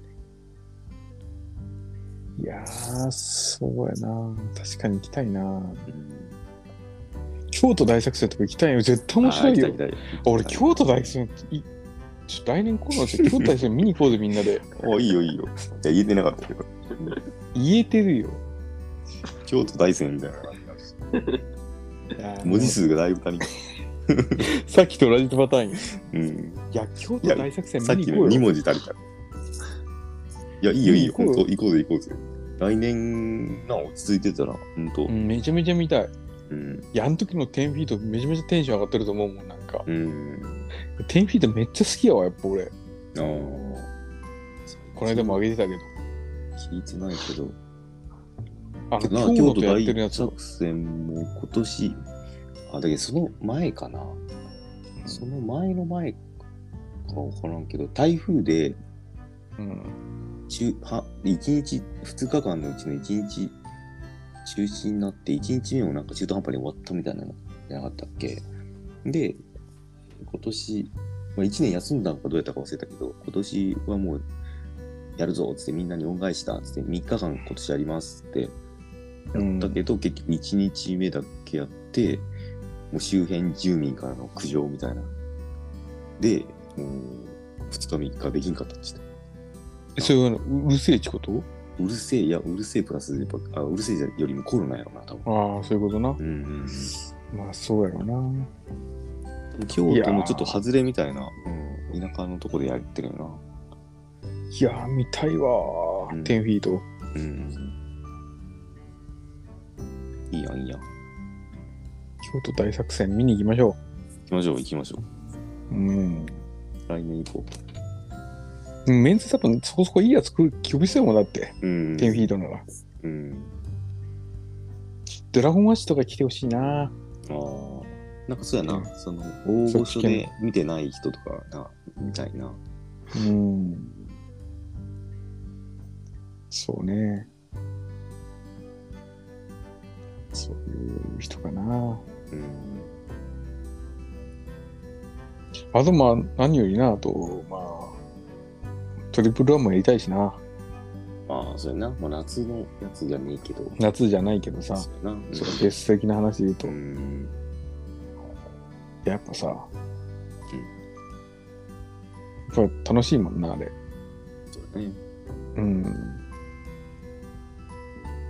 [SPEAKER 2] いやー、そうやな。確かに行きたいな。うん、京都大作戦とか行きたいよ。絶対面白いよ。俺、京都大作戦、ちょっと来年来るの京都大作戦見に行こうぜ、みんなで。
[SPEAKER 1] あ、いいよいいよ。いや、言えてなかったけど。
[SPEAKER 2] 言えてるよ。
[SPEAKER 1] 京都大戦みたいな。文字数がだいぶ足りない。
[SPEAKER 2] さっきと同じパターンよ。
[SPEAKER 1] うん。
[SPEAKER 2] いや、京都大作戦見に行こうよ。
[SPEAKER 1] さっきのに文字足りた。いや、いいよいいよ。ほんと、行こうぜ行こうぜ。来年、な、落ち着いてたら、ほんと。
[SPEAKER 2] うん、めちゃめちゃ見たい。
[SPEAKER 1] うん。
[SPEAKER 2] いや、あの時のじゅうフィートめちゃめちゃテンション上がってると思うもん、なんか。
[SPEAKER 1] うん。
[SPEAKER 2] じゅうフィートめっちゃ好きやわ、やっぱ俺。あ
[SPEAKER 1] あ。
[SPEAKER 2] この間も上げてたけど。
[SPEAKER 1] 聞いてないけど。
[SPEAKER 2] あの、京都大
[SPEAKER 1] 作戦も今年、あ、だけどその前かな。その前の前かわからんけど、台風で、うん、中はいちにち、ふつかかんのうちのいちにち中止になって、いちにちめもなんか中途半端に終わったみたいなのじゃなかったっけ。で、今年、まあ、いちねん休んだのかどうやったか忘れたけど、今年はもうやるぞっつってみんなに恩返しだっつってみっかかん今年やりますってやったけど、うん、結局いちにちめだけやって、もう周辺住民からの苦情みたいな。で、もうふつかみっかできんかったっつって。
[SPEAKER 2] え、それはうるせえってこと？
[SPEAKER 1] うるせえ、いや、うるせえプラス、やっぱ、あ、うるせえよりもコロナやろな、多分。
[SPEAKER 2] ああ、そういうことな。
[SPEAKER 1] うんうん
[SPEAKER 2] うん。まあ、そうやろな。
[SPEAKER 1] 京都のちょっと外れみたいな、うん、田舎のとこでやってるよな。
[SPEAKER 2] いやー、見たいわー、うん、じゅうフィート。
[SPEAKER 1] うん。いいやん、いいやん。
[SPEAKER 2] 京都大作戦見に行きましょう。
[SPEAKER 1] 行きましょう、行きましょう。うん。来年行こ
[SPEAKER 2] う。メンツ多分そこそこいいやつ来る呼びそうやもんだって。
[SPEAKER 1] うん。
[SPEAKER 2] じゅうフィートのが。
[SPEAKER 1] うん。
[SPEAKER 2] ドラゴンアッシュとか来てほしいな。
[SPEAKER 1] ああ。なんかそうやな、うん、その大御所で見てない人とかなみたいな。
[SPEAKER 2] うん。そうね。そういう人かな。うん。あとまあ何よりな、あとまあトリプルワンもやりたいしな。
[SPEAKER 1] ああ、そうやな。もう夏のやつじゃねえけど。
[SPEAKER 2] 夏じゃないけどさ。
[SPEAKER 1] そうやな。うん、
[SPEAKER 2] そう、別的な話で言うと。
[SPEAKER 1] うん
[SPEAKER 2] やっぱさ、うん、やっぱ楽しいもんな、あれ。
[SPEAKER 1] そうだね。
[SPEAKER 2] うん。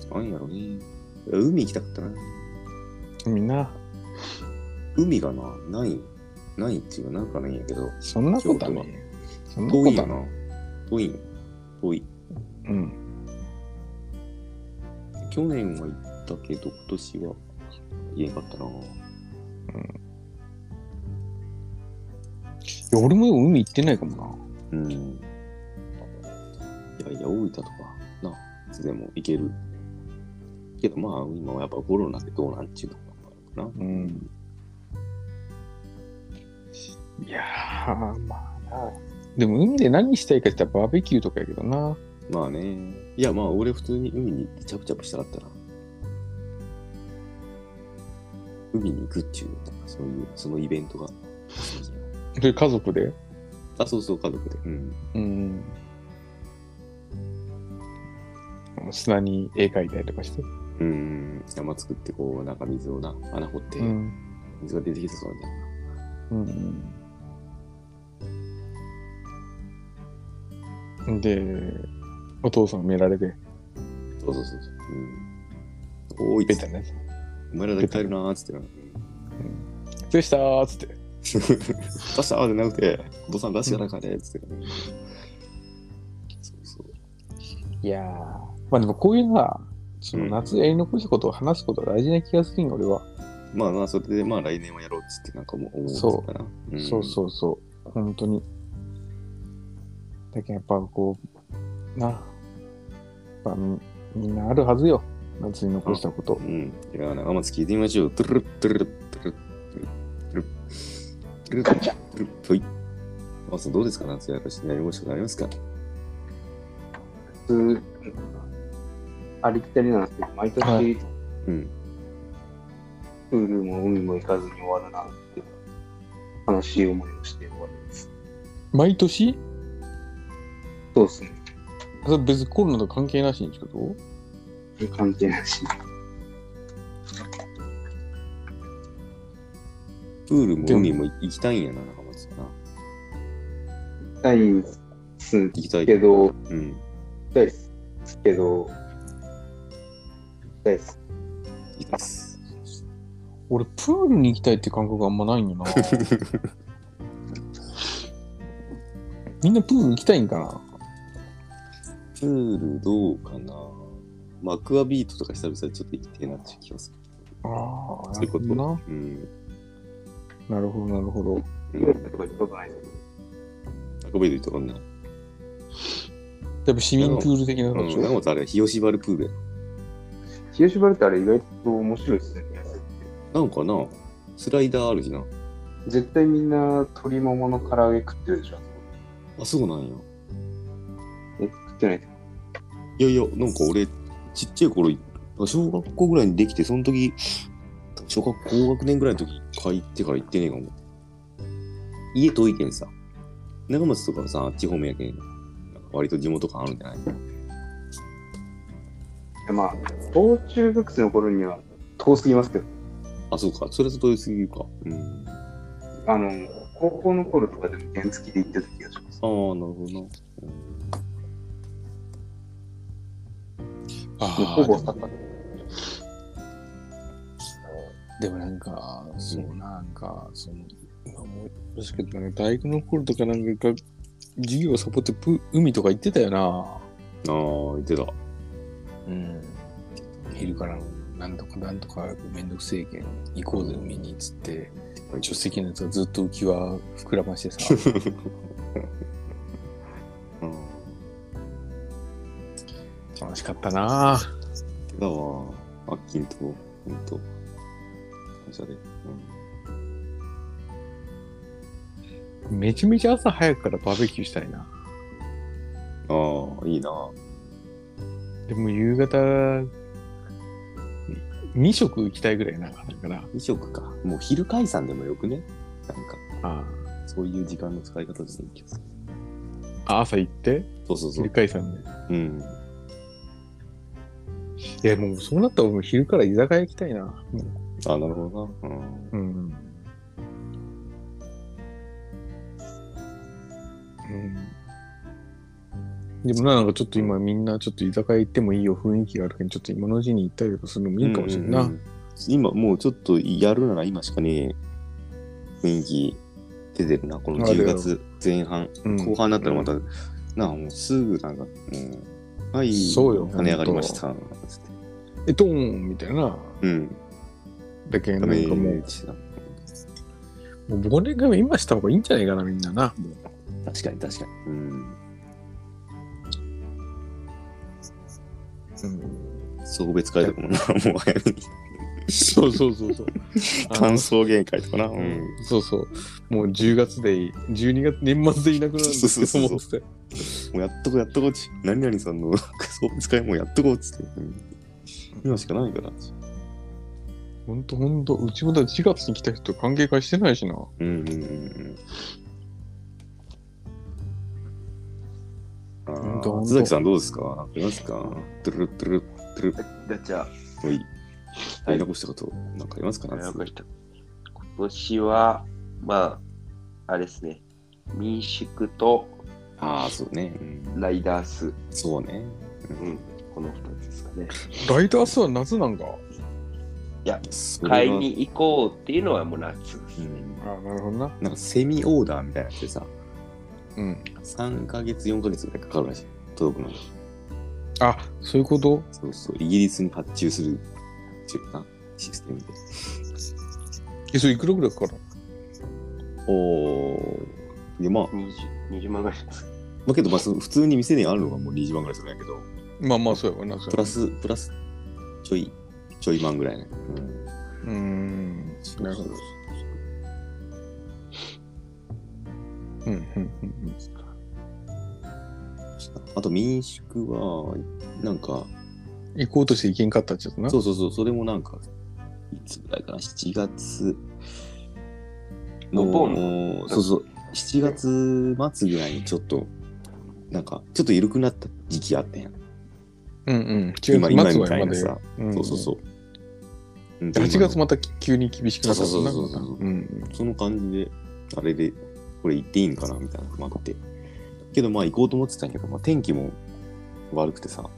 [SPEAKER 1] なんやろね。海行きたかったな。
[SPEAKER 2] みんな。
[SPEAKER 1] 海がな、ない、ないっていうかなんかないんやけど。
[SPEAKER 2] そんなことはね。
[SPEAKER 1] そんなことはな。遠いん。遠い。
[SPEAKER 2] うん。
[SPEAKER 1] 去年は行ったけど、今年は言えんかったな。うん。い
[SPEAKER 2] や、俺も海行ってないかもな。
[SPEAKER 1] うん。いやいや、大分とか、な、いつでも行ける。けど、まあ、今はやっぱコロナでどうなんちゅうのかな。うん。
[SPEAKER 2] いやー、まあな。でも海で何したいかって言ったらバーベキューとかやけどな。
[SPEAKER 1] まあね。いや、まあ、俺普通に海にチャプチャプしたかったな。海に行くっちゅう、なんかそういう、そのイベントが。
[SPEAKER 2] それ家族で？
[SPEAKER 1] あ、そうそう、家族で。うん。
[SPEAKER 2] うん。砂に絵描いたりとかして。
[SPEAKER 1] うん。山作って、こう、なんか水をな、穴掘って、うん、水が出てきてそうみたいな。
[SPEAKER 2] うん。で、お父さん見られて。
[SPEAKER 1] そうそうそうそう。うん。おーい、
[SPEAKER 2] ベタね。
[SPEAKER 1] お前らだけ帰るなーっつってな。うん。
[SPEAKER 2] どうしたーっつって。
[SPEAKER 1] どうしたーじゃなくて、お父さん出しがなかねーっつって。そうそう。
[SPEAKER 2] いやー、まあでもこういうのは、その夏やり残したことを話すことは大事な気がするんよ、俺は。
[SPEAKER 1] まあまあ、それでまあ来年はやろうっつってなんかもう思うかな。
[SPEAKER 2] そう、うん、そうそうそう。本当に。だけどやっぱこう、な、やっぱみんなあるはずよ。夏に残したこと。
[SPEAKER 1] うん。いや、長松聞いてみましょう。トゥルットゥルットゥルットゥルットゥルットゥルットゥルットゥルッ。はい。まずどうですか、夏やらしてやり残したことありますか？
[SPEAKER 3] 普通、ありきたりなんですけど、毎年、はい、うん。プールも海も行かずに終わるなって悲しい思いをして終わります。
[SPEAKER 2] 毎年？
[SPEAKER 3] そうですね。
[SPEAKER 2] それ別にコロナと関係なしにってこと？
[SPEAKER 3] 関係なし。
[SPEAKER 1] プールも海も行きたいんやな、中松さんな。
[SPEAKER 3] 行きたいんすけど、うん。行きたいですけど、行きたいです。
[SPEAKER 1] いいです。
[SPEAKER 2] 俺、プールに行きたいって感覚があんまないんよな。みんなプール行きたいんかな？
[SPEAKER 1] プールどうかな。まあ、アクアビートとか久々にちょっと行きてえなって気がする。
[SPEAKER 2] ああ、
[SPEAKER 1] そういうこと
[SPEAKER 2] な。
[SPEAKER 1] うん。
[SPEAKER 2] なるほど、なるほど。
[SPEAKER 3] うん。アクアビート行ったことないですけ
[SPEAKER 1] ど。アクアビート行ったことない。
[SPEAKER 2] やっぱ市民プール的な
[SPEAKER 1] のでしょ。長松あれ、日吉原プールや。
[SPEAKER 3] 日吉原ってあれ意外と面白いですね。
[SPEAKER 1] なんかな、スライダーあるしな。
[SPEAKER 3] 絶対みんな鶏ももの唐揚げ食ってるでしょ。
[SPEAKER 1] あ、そうなんや。
[SPEAKER 3] え、食ってない？
[SPEAKER 1] いやいや、なんか俺、ちっちゃい頃、小学校ぐらいにできて、その時、小学校高学年ぐらいの時帰ってから行ってねえかも。家遠いけんさ。長松とかさ、あっち方面やけん、割と地元感あるんじゃない？
[SPEAKER 3] まあ、小中学生の頃には遠すぎますけど。
[SPEAKER 1] あ、そうか。それと遠すぎるか。うん。
[SPEAKER 3] あの、高校の頃とかでも原付で行ってた気がします。
[SPEAKER 1] ああ、なるほどな。うん、
[SPEAKER 2] ああ、
[SPEAKER 3] ほぼサッカー
[SPEAKER 2] でもなんか、そう、うん、なんか、その、今思い出すけど、なんか大学の頃とかなんか、授業サボってプ海とか行ってたよな。あ
[SPEAKER 1] あ、行ってた。
[SPEAKER 2] うん。昼からなんとかなんとかめんどくせえけん行こうぜ海にっつって、助手席のやつがずっと浮き輪膨らましてさ。うん、楽しかったなぁ。
[SPEAKER 1] だわ、アッキンと、ほんと、感謝で、
[SPEAKER 2] うん。めちゃめちゃ朝早くからバーベキューしたいな。あ
[SPEAKER 1] あ、いいな。
[SPEAKER 2] でも夕方、に食行きたいぐらいな、だから。
[SPEAKER 1] に食か。もう昼解散でもよくね。なんか、
[SPEAKER 2] ああ、
[SPEAKER 1] そういう時間の使い方でいい気がする。
[SPEAKER 2] あ、朝行って
[SPEAKER 1] そうそうそう。
[SPEAKER 2] 昼解散で。うん。いや、もうそうなったらもう昼から居酒屋行きたいな。
[SPEAKER 1] ああ、なるほどな。うん。うん。
[SPEAKER 2] うん、 でもなんかちょっと今みんなちょっと居酒屋行ってもいいよ雰囲気があるけど、ちょっと今のうちに行ったりとかするのもいいかもしれんな。うんうんうん、
[SPEAKER 1] 今もうちょっとやるなら今しかね雰囲気出てるな、このじゅうがつぜん半、うん、後半になったらまた、うん、なあもうすぐなんか、もうはい、
[SPEAKER 2] そうよ、
[SPEAKER 1] 跳ね上がりました
[SPEAKER 2] えドーンみたいな。うん。だけどなんかもう、もう忘年会も今した方がいいんじゃないかな、みんなな。
[SPEAKER 1] 確かに確かに。うん。うん、送別会とかもな、もう早めに。
[SPEAKER 2] そうそうそうそう。
[SPEAKER 1] 感想限界とかな、うん。
[SPEAKER 2] そうそう。もうじゅうがつで、じゅうにがつ、年末でいなくなるんですけどもって。
[SPEAKER 1] もうやっとこうやっとこうち、何々さんの送別会もうやっとこうっつって。うん、今しかないから。
[SPEAKER 2] ほんとほんと、うちもだしがつに来た人歓迎会してないしな。うんうんうんうん。
[SPEAKER 1] ああ、津崎さんどうですか？なんかありますか？トゥルルトゥルルトゥルル。
[SPEAKER 3] ガチャ。
[SPEAKER 1] おい。やり残したことなんかありますか？やり残した。
[SPEAKER 3] 今年は、まあ、あれですね。民宿と、
[SPEAKER 1] ああ、そうね。
[SPEAKER 3] うん、ライダース。
[SPEAKER 1] そうね。
[SPEAKER 3] うん。このふたつですかね。
[SPEAKER 2] ライダースは夏なんか？
[SPEAKER 3] いや、買いに行こうっていうのはもう夏ですね。
[SPEAKER 2] うん、ああ、なるほどな。
[SPEAKER 1] なんかセミオーダーみたいなやつでさ。うん、さんかげつ、よんかげつぐらいかかるらしい。届くのに。
[SPEAKER 2] あ、そういうこと？
[SPEAKER 1] そうそう。イギリスに発注するっていうかな、システムで。
[SPEAKER 2] え、それいくらぐらいかかる
[SPEAKER 1] の？おー。いや、まあ。
[SPEAKER 3] にじゅうまんぐらいです。
[SPEAKER 1] まあけど、まあ、普通に店にあるのがもうにじゅうまんぐらいするんやけど。
[SPEAKER 2] まあまあ、そうやわな。
[SPEAKER 1] プラス、プラス、ちょい、ちょい万ぐらいね。
[SPEAKER 2] うん。うーん。なるほど。うん、うん、うん。
[SPEAKER 1] あと民宿は、なんか、
[SPEAKER 2] 行こうとして行けんかったっちゃったな。
[SPEAKER 1] そうそうそう、それもなんか、いつぐらいかな、しちがつの、そうそう、しちがつ末ぐらいにちょっと、なんか、ちょっと緩くなった時期あったやん。
[SPEAKER 2] うんうん。
[SPEAKER 1] 今、今みたいなさ、うんうん、そうそうそう。
[SPEAKER 2] はちがつまた急に厳しくなったな。
[SPEAKER 1] そうそうそうそう、うん。その感じで、あれで、これ行っていいんかなみたいなのもあって。けどまあ行こうと思ってたんやけど、まあ、天気も悪くてさ、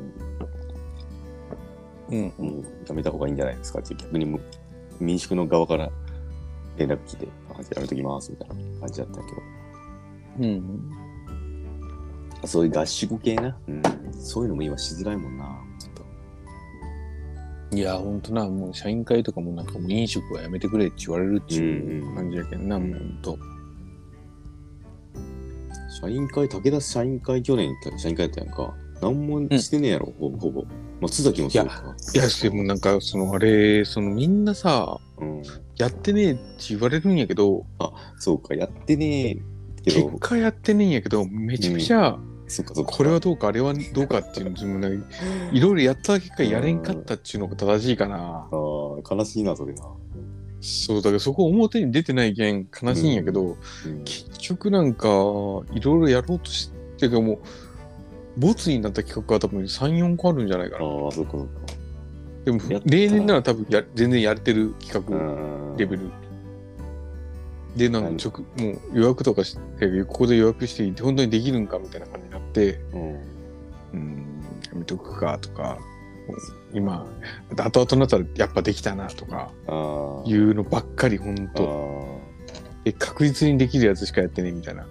[SPEAKER 1] うん、うん、もうやめた方がいいんじゃないですかって逆にも民宿の側から連絡来て、あ、じゃあやめときますみたいな感じだったけど、うん、そういう合宿系な、うん、そういうのも今しづらいもんな、ちょっ
[SPEAKER 2] と。いや、ほんとな、もう社員会とかもなんかもう飲食はやめてくれって言われるっていう感じやけんな、うんうん、もうほんと。
[SPEAKER 1] 社員会、武田社員会、去年社員会やったやんか。何もしてねえやろ、うん、ほぼほぼ。まあ、津崎もそうか。
[SPEAKER 2] いや、いやでもなんか、そのあれ、そのみんなさ、うん、やってねえって言われるんやけど、
[SPEAKER 1] あ、そうか、やってねえけど。
[SPEAKER 2] 結果やってねえんやけど、めちゃくちゃ、うん、そっかそっかこれはどうか、あれはどうかっていうの自分ね、いろいろやった結果やれんかったっていうのが正しいかな。あ
[SPEAKER 1] あ、悲しいな、それな。
[SPEAKER 2] そうだけどそこ表に出てないけん悲しいんやけど、うんうん、結局なんかいろいろやろうとしてかもうボツになった企画は多分さん、よんこあるんじゃないかな。
[SPEAKER 1] ああ、そっかそっか。
[SPEAKER 2] でも例年なら多分や全然やれてる企画レベルでなんか直もう予約とかしてここで予約していて本当にできるんかみたいな感じになって、うん、うんやめとくかとか。今後々になったらやっぱできたなとかいうのばっかりほんとえ確実にできるやつしかやってねみたいな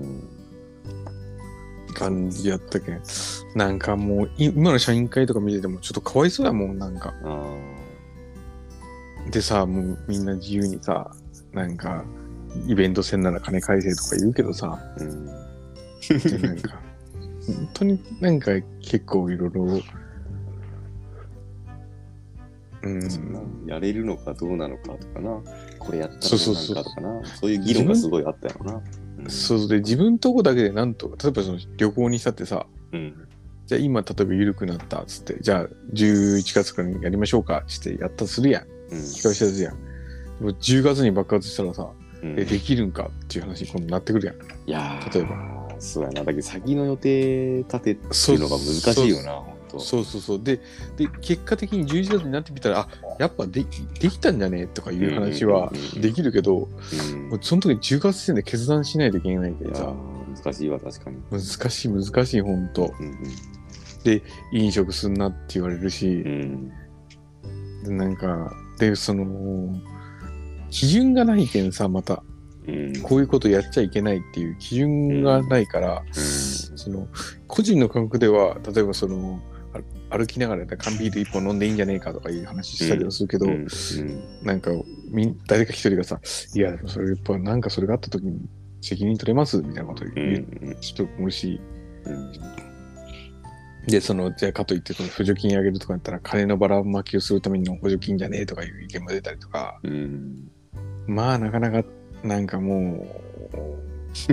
[SPEAKER 2] 感じやったけんなんかもう今の社員会とか見ててもちょっとかわいそうやもんなんかでさもうみんな自由にさなんかイベントせんなら金返せとか言うけどさ、うん、でなんか本当になんか結構いろいろ
[SPEAKER 1] うん、やれるのかどうなのかとかな、これやったらどうなのかとかな、そうそうそうそういう議論がすごいあったよな。
[SPEAKER 2] うん、そうで自分とこだけでなんとか例えばその旅行にしたってさ、うん、じゃあ今例えば緩くなったっつってじゃあじゅういちがつからやりましょうかっつってやったとするやん、うん、企画したやつやん。でもじゅうがつに爆発したらさ、うん、えできるんかっていう話に今度なってくるやん。
[SPEAKER 1] いや
[SPEAKER 2] 例えば
[SPEAKER 1] そうやな、だけど先の予定立てっていうのが難しいよな。
[SPEAKER 2] そうそうそうでで結果的にじゅういちがつになってみたらあやっぱでできたんじゃねとかいう話はできるけど、うんうんうん、もうその時じゅうがつ時点で決断しないといけないけどさ
[SPEAKER 1] 難しいわ、確かに。
[SPEAKER 2] 難しい、難しい、ほんと。うんうん、で、飲食すんなって言われるし、うん、でなんか、で、その、基準がないけんさ、また、うん、こういうことやっちゃいけないっていう基準がないから、うん、その、個人の感覚では、例えばその、歩きながら缶ビール一本飲んでいいんじゃねえかとかいう話したりはするけど、うんうん、なんかみ誰か一人がさ、いやでもそれやっぱなんかそれがあった時に責任取れますみたいなこと言う人もいるし、うん、でそのじゃあかといってその補助金上げるとかやったら金のばらまきをするための補助金じゃねえとかいう意見も出たりとか、うん、まあなかなかなんかもう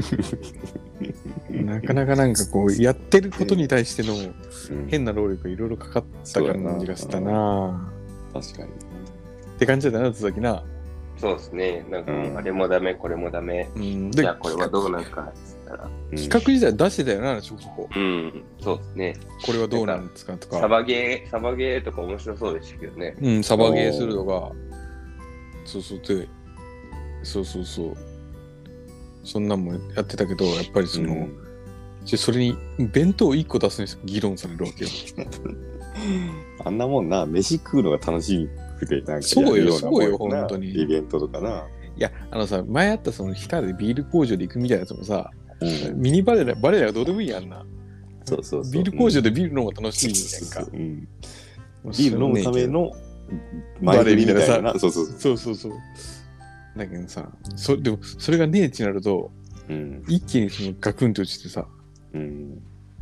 [SPEAKER 2] なかなかなんかこうやってることに対しての変な労力がいろいろかかった感じがしたな、
[SPEAKER 1] うん、確かに
[SPEAKER 2] って感じだな、津崎な。
[SPEAKER 3] そうですね、なんか、うん、あれもダメこれもダメ、うん、じゃあこれはどうなんかっつったら
[SPEAKER 2] 企画自体出してたよな、そこ。
[SPEAKER 3] うんそうですね。
[SPEAKER 2] これはどうなんですかとか、
[SPEAKER 3] サバゲーサバゲーとか面白そうでしたけどね。
[SPEAKER 2] うんサバゲーするのがそうそうでそうそうそうそんなんもやってたけど、やっぱりその、うん、それに弁当いっこ出すに議論されるわけよ。
[SPEAKER 1] あんなもんな、飯食うのが楽しくて、なんか
[SPEAKER 2] そうよ、そうよ、本当に。
[SPEAKER 1] イベントとかな。
[SPEAKER 2] いや、あのさ、前あったその、日田でビール工場で行くみたいなやつもさ、うん、ミニバレラ、バレラはどうでもいいやんな。
[SPEAKER 1] そうそうそう。
[SPEAKER 2] ビール工場でビールの方が楽しいみたいな。うん、
[SPEAKER 1] ビール飲むための
[SPEAKER 2] バレみたいなさ、
[SPEAKER 1] そうそうそう。
[SPEAKER 2] そうそうそう。だけどさ、そでもそれがねえってなると、うん、一気にそのガクンと落ちてさ、うん、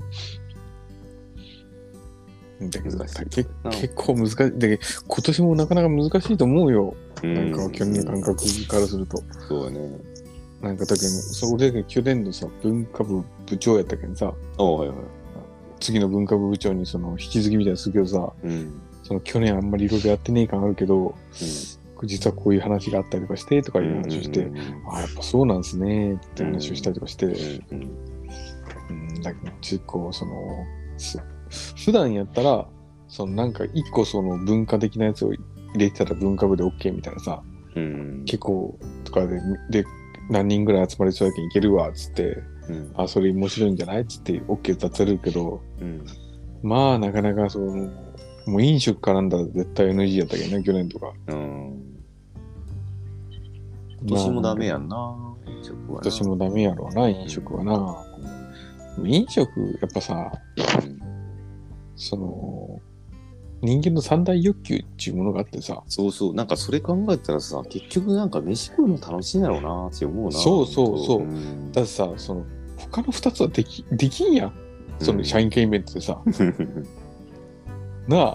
[SPEAKER 2] だけど結構難しい。だけど今年もなかなか難しいと思うよ。うん、なんか去年の感覚からすると。
[SPEAKER 1] そうだね。
[SPEAKER 2] なんかだけど、それで去年のさ文化部部長やったけどさ、
[SPEAKER 1] おはいはい、
[SPEAKER 2] 次の文化部部長にその引き継ぎみたいなするけどさ、うん、その去年あんまりいろいろやってねえ感あるけど。うん実はこういう話があったりとかしてとかいう話をして、うんうんうん、ああやっぱそうなんですねって話をしたりとかして、うんうん、だけど結構その普段やったらそのなんか一個その文化的なやつを入れてたら文化部で OK みたいなさ、うん、結構とかでで何人ぐらい集まりそうやけんいけるわっつって、うん、あそれ面白いんじゃないっつって OK 出せるけど、うん、まあなかなかそのもう飲食絡んだら絶対 エヌジー やったけどね去年とか。うん
[SPEAKER 1] 今年もダメやんな、飲食はな。
[SPEAKER 2] 今年もダメやろうな、飲食はな。うん、飲食、やっぱさ、うん、その、人間の三大欲求っていうものがあってさ。
[SPEAKER 1] そうそう、なんかそれ考えたらさ、結局なんか飯食うの楽しいんだろうなって思うな。
[SPEAKER 2] そうそうそう。うん、だってさ、その、他の二つはでき、できんやん。その社員系イベントでさ。うん、なあ、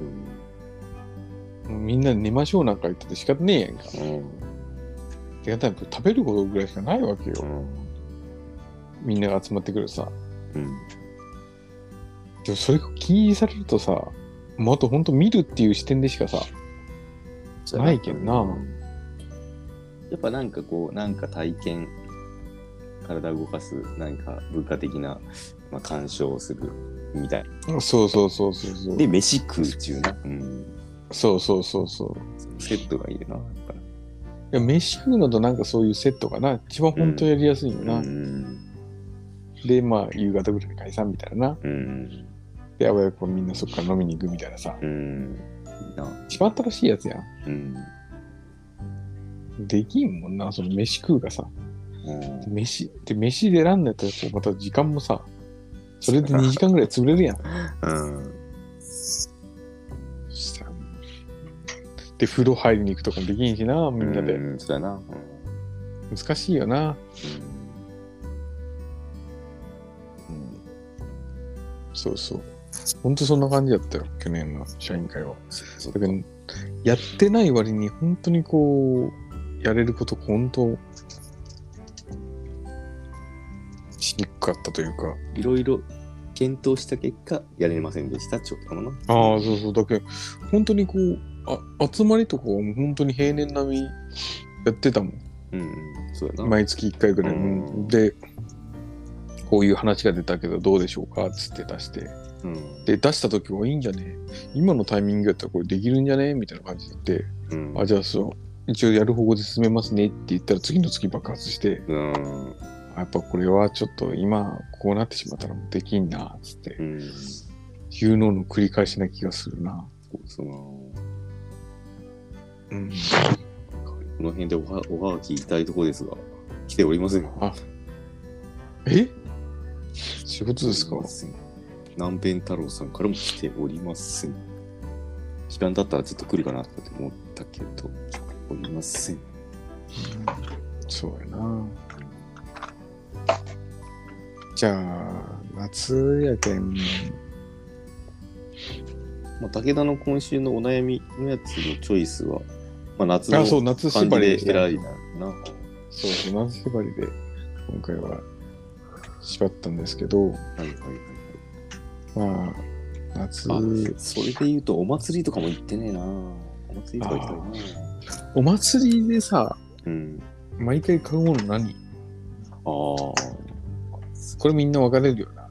[SPEAKER 2] うん、みんなで寝ましょうなんか言ってて仕方ねえやんか。うんてか食べることぐらいしかないわけよ、うん、みんなが集まってくるさ、うん、でもそれが気にされるとさもっとほんと見るっていう視点でしかさないけんな、うん、
[SPEAKER 1] やっぱなんかこうなんか体験体を動かす何か文化的な、まあ、鑑賞をするみたい
[SPEAKER 2] なそうそうそうそうそう
[SPEAKER 1] で飯食う中な、うん、
[SPEAKER 2] そうそうそうそう
[SPEAKER 1] セットがいいなやっぱり
[SPEAKER 2] いや飯食うのとなんかそういうセットがな一番本当やりやすいよな、うん、でまあ夕方ぐらいに解散みたいなな、うん、であわよくみんなそっから飲みに行くみたいなさ、うん、一番新しいやつやん、うん、できんもんなその飯食うがさ、うん、で飯で飯で選んだやったらこうまた時間もさそれでにじかんぐらい潰れるやん、うんで風呂入りに行くとかもできんしなみんなで、うん、
[SPEAKER 1] そうやな、
[SPEAKER 2] うん、難しいよな、うんうん、そうそうほんとそんな感じだったよ去年の社員会は。だけどやってない割に本当にこうやれること本当しにくかったというか
[SPEAKER 1] いろいろ検討した結果やれませんでしたちょっとかな。
[SPEAKER 2] ああそうそうだけど本当にこうあ集まりとかはもう本当に平年並みやってたもん。うん、そうやな。毎月いっかいぐらい、うん、でこういう話が出たけどどうでしょうかっつって出して、うん、で出した時はいいんじゃね今のタイミングやったらこれできるんじゃねみたいな感じで言って、うん、あじゃあそう一応やる方向で進めますねって言ったら次の月爆発して、うん、 やっぱこれはちょっと今こうなってしまったらもうできんなっつって、うん、いうのの繰り返しな気がするな。
[SPEAKER 1] そうですな。
[SPEAKER 2] うん。
[SPEAKER 1] この辺でおはおはがき言いたいところですが、来ておりません。
[SPEAKER 2] あ、え？仕事ですか？
[SPEAKER 1] 南辺太郎さんからも来ておりません。時間経ったらずっと来るかなって思ったけど、来ておりません。うん、
[SPEAKER 2] そうやな。じゃあ、夏やけん。
[SPEAKER 1] まあ、武田の今週のお悩みのやつのチョイスは、まあ、夏の感じで選いだな。
[SPEAKER 2] そうそう、夏縛りで今回は縛ったんですけど、はいはいはい。まあ、夏。
[SPEAKER 1] あ、それで言うと、お祭りとかも行ってねえな。お祭りとか行きたいな。
[SPEAKER 2] お祭りでさ、うん、毎回買うもの何？ああ。これみんな分かれるよな。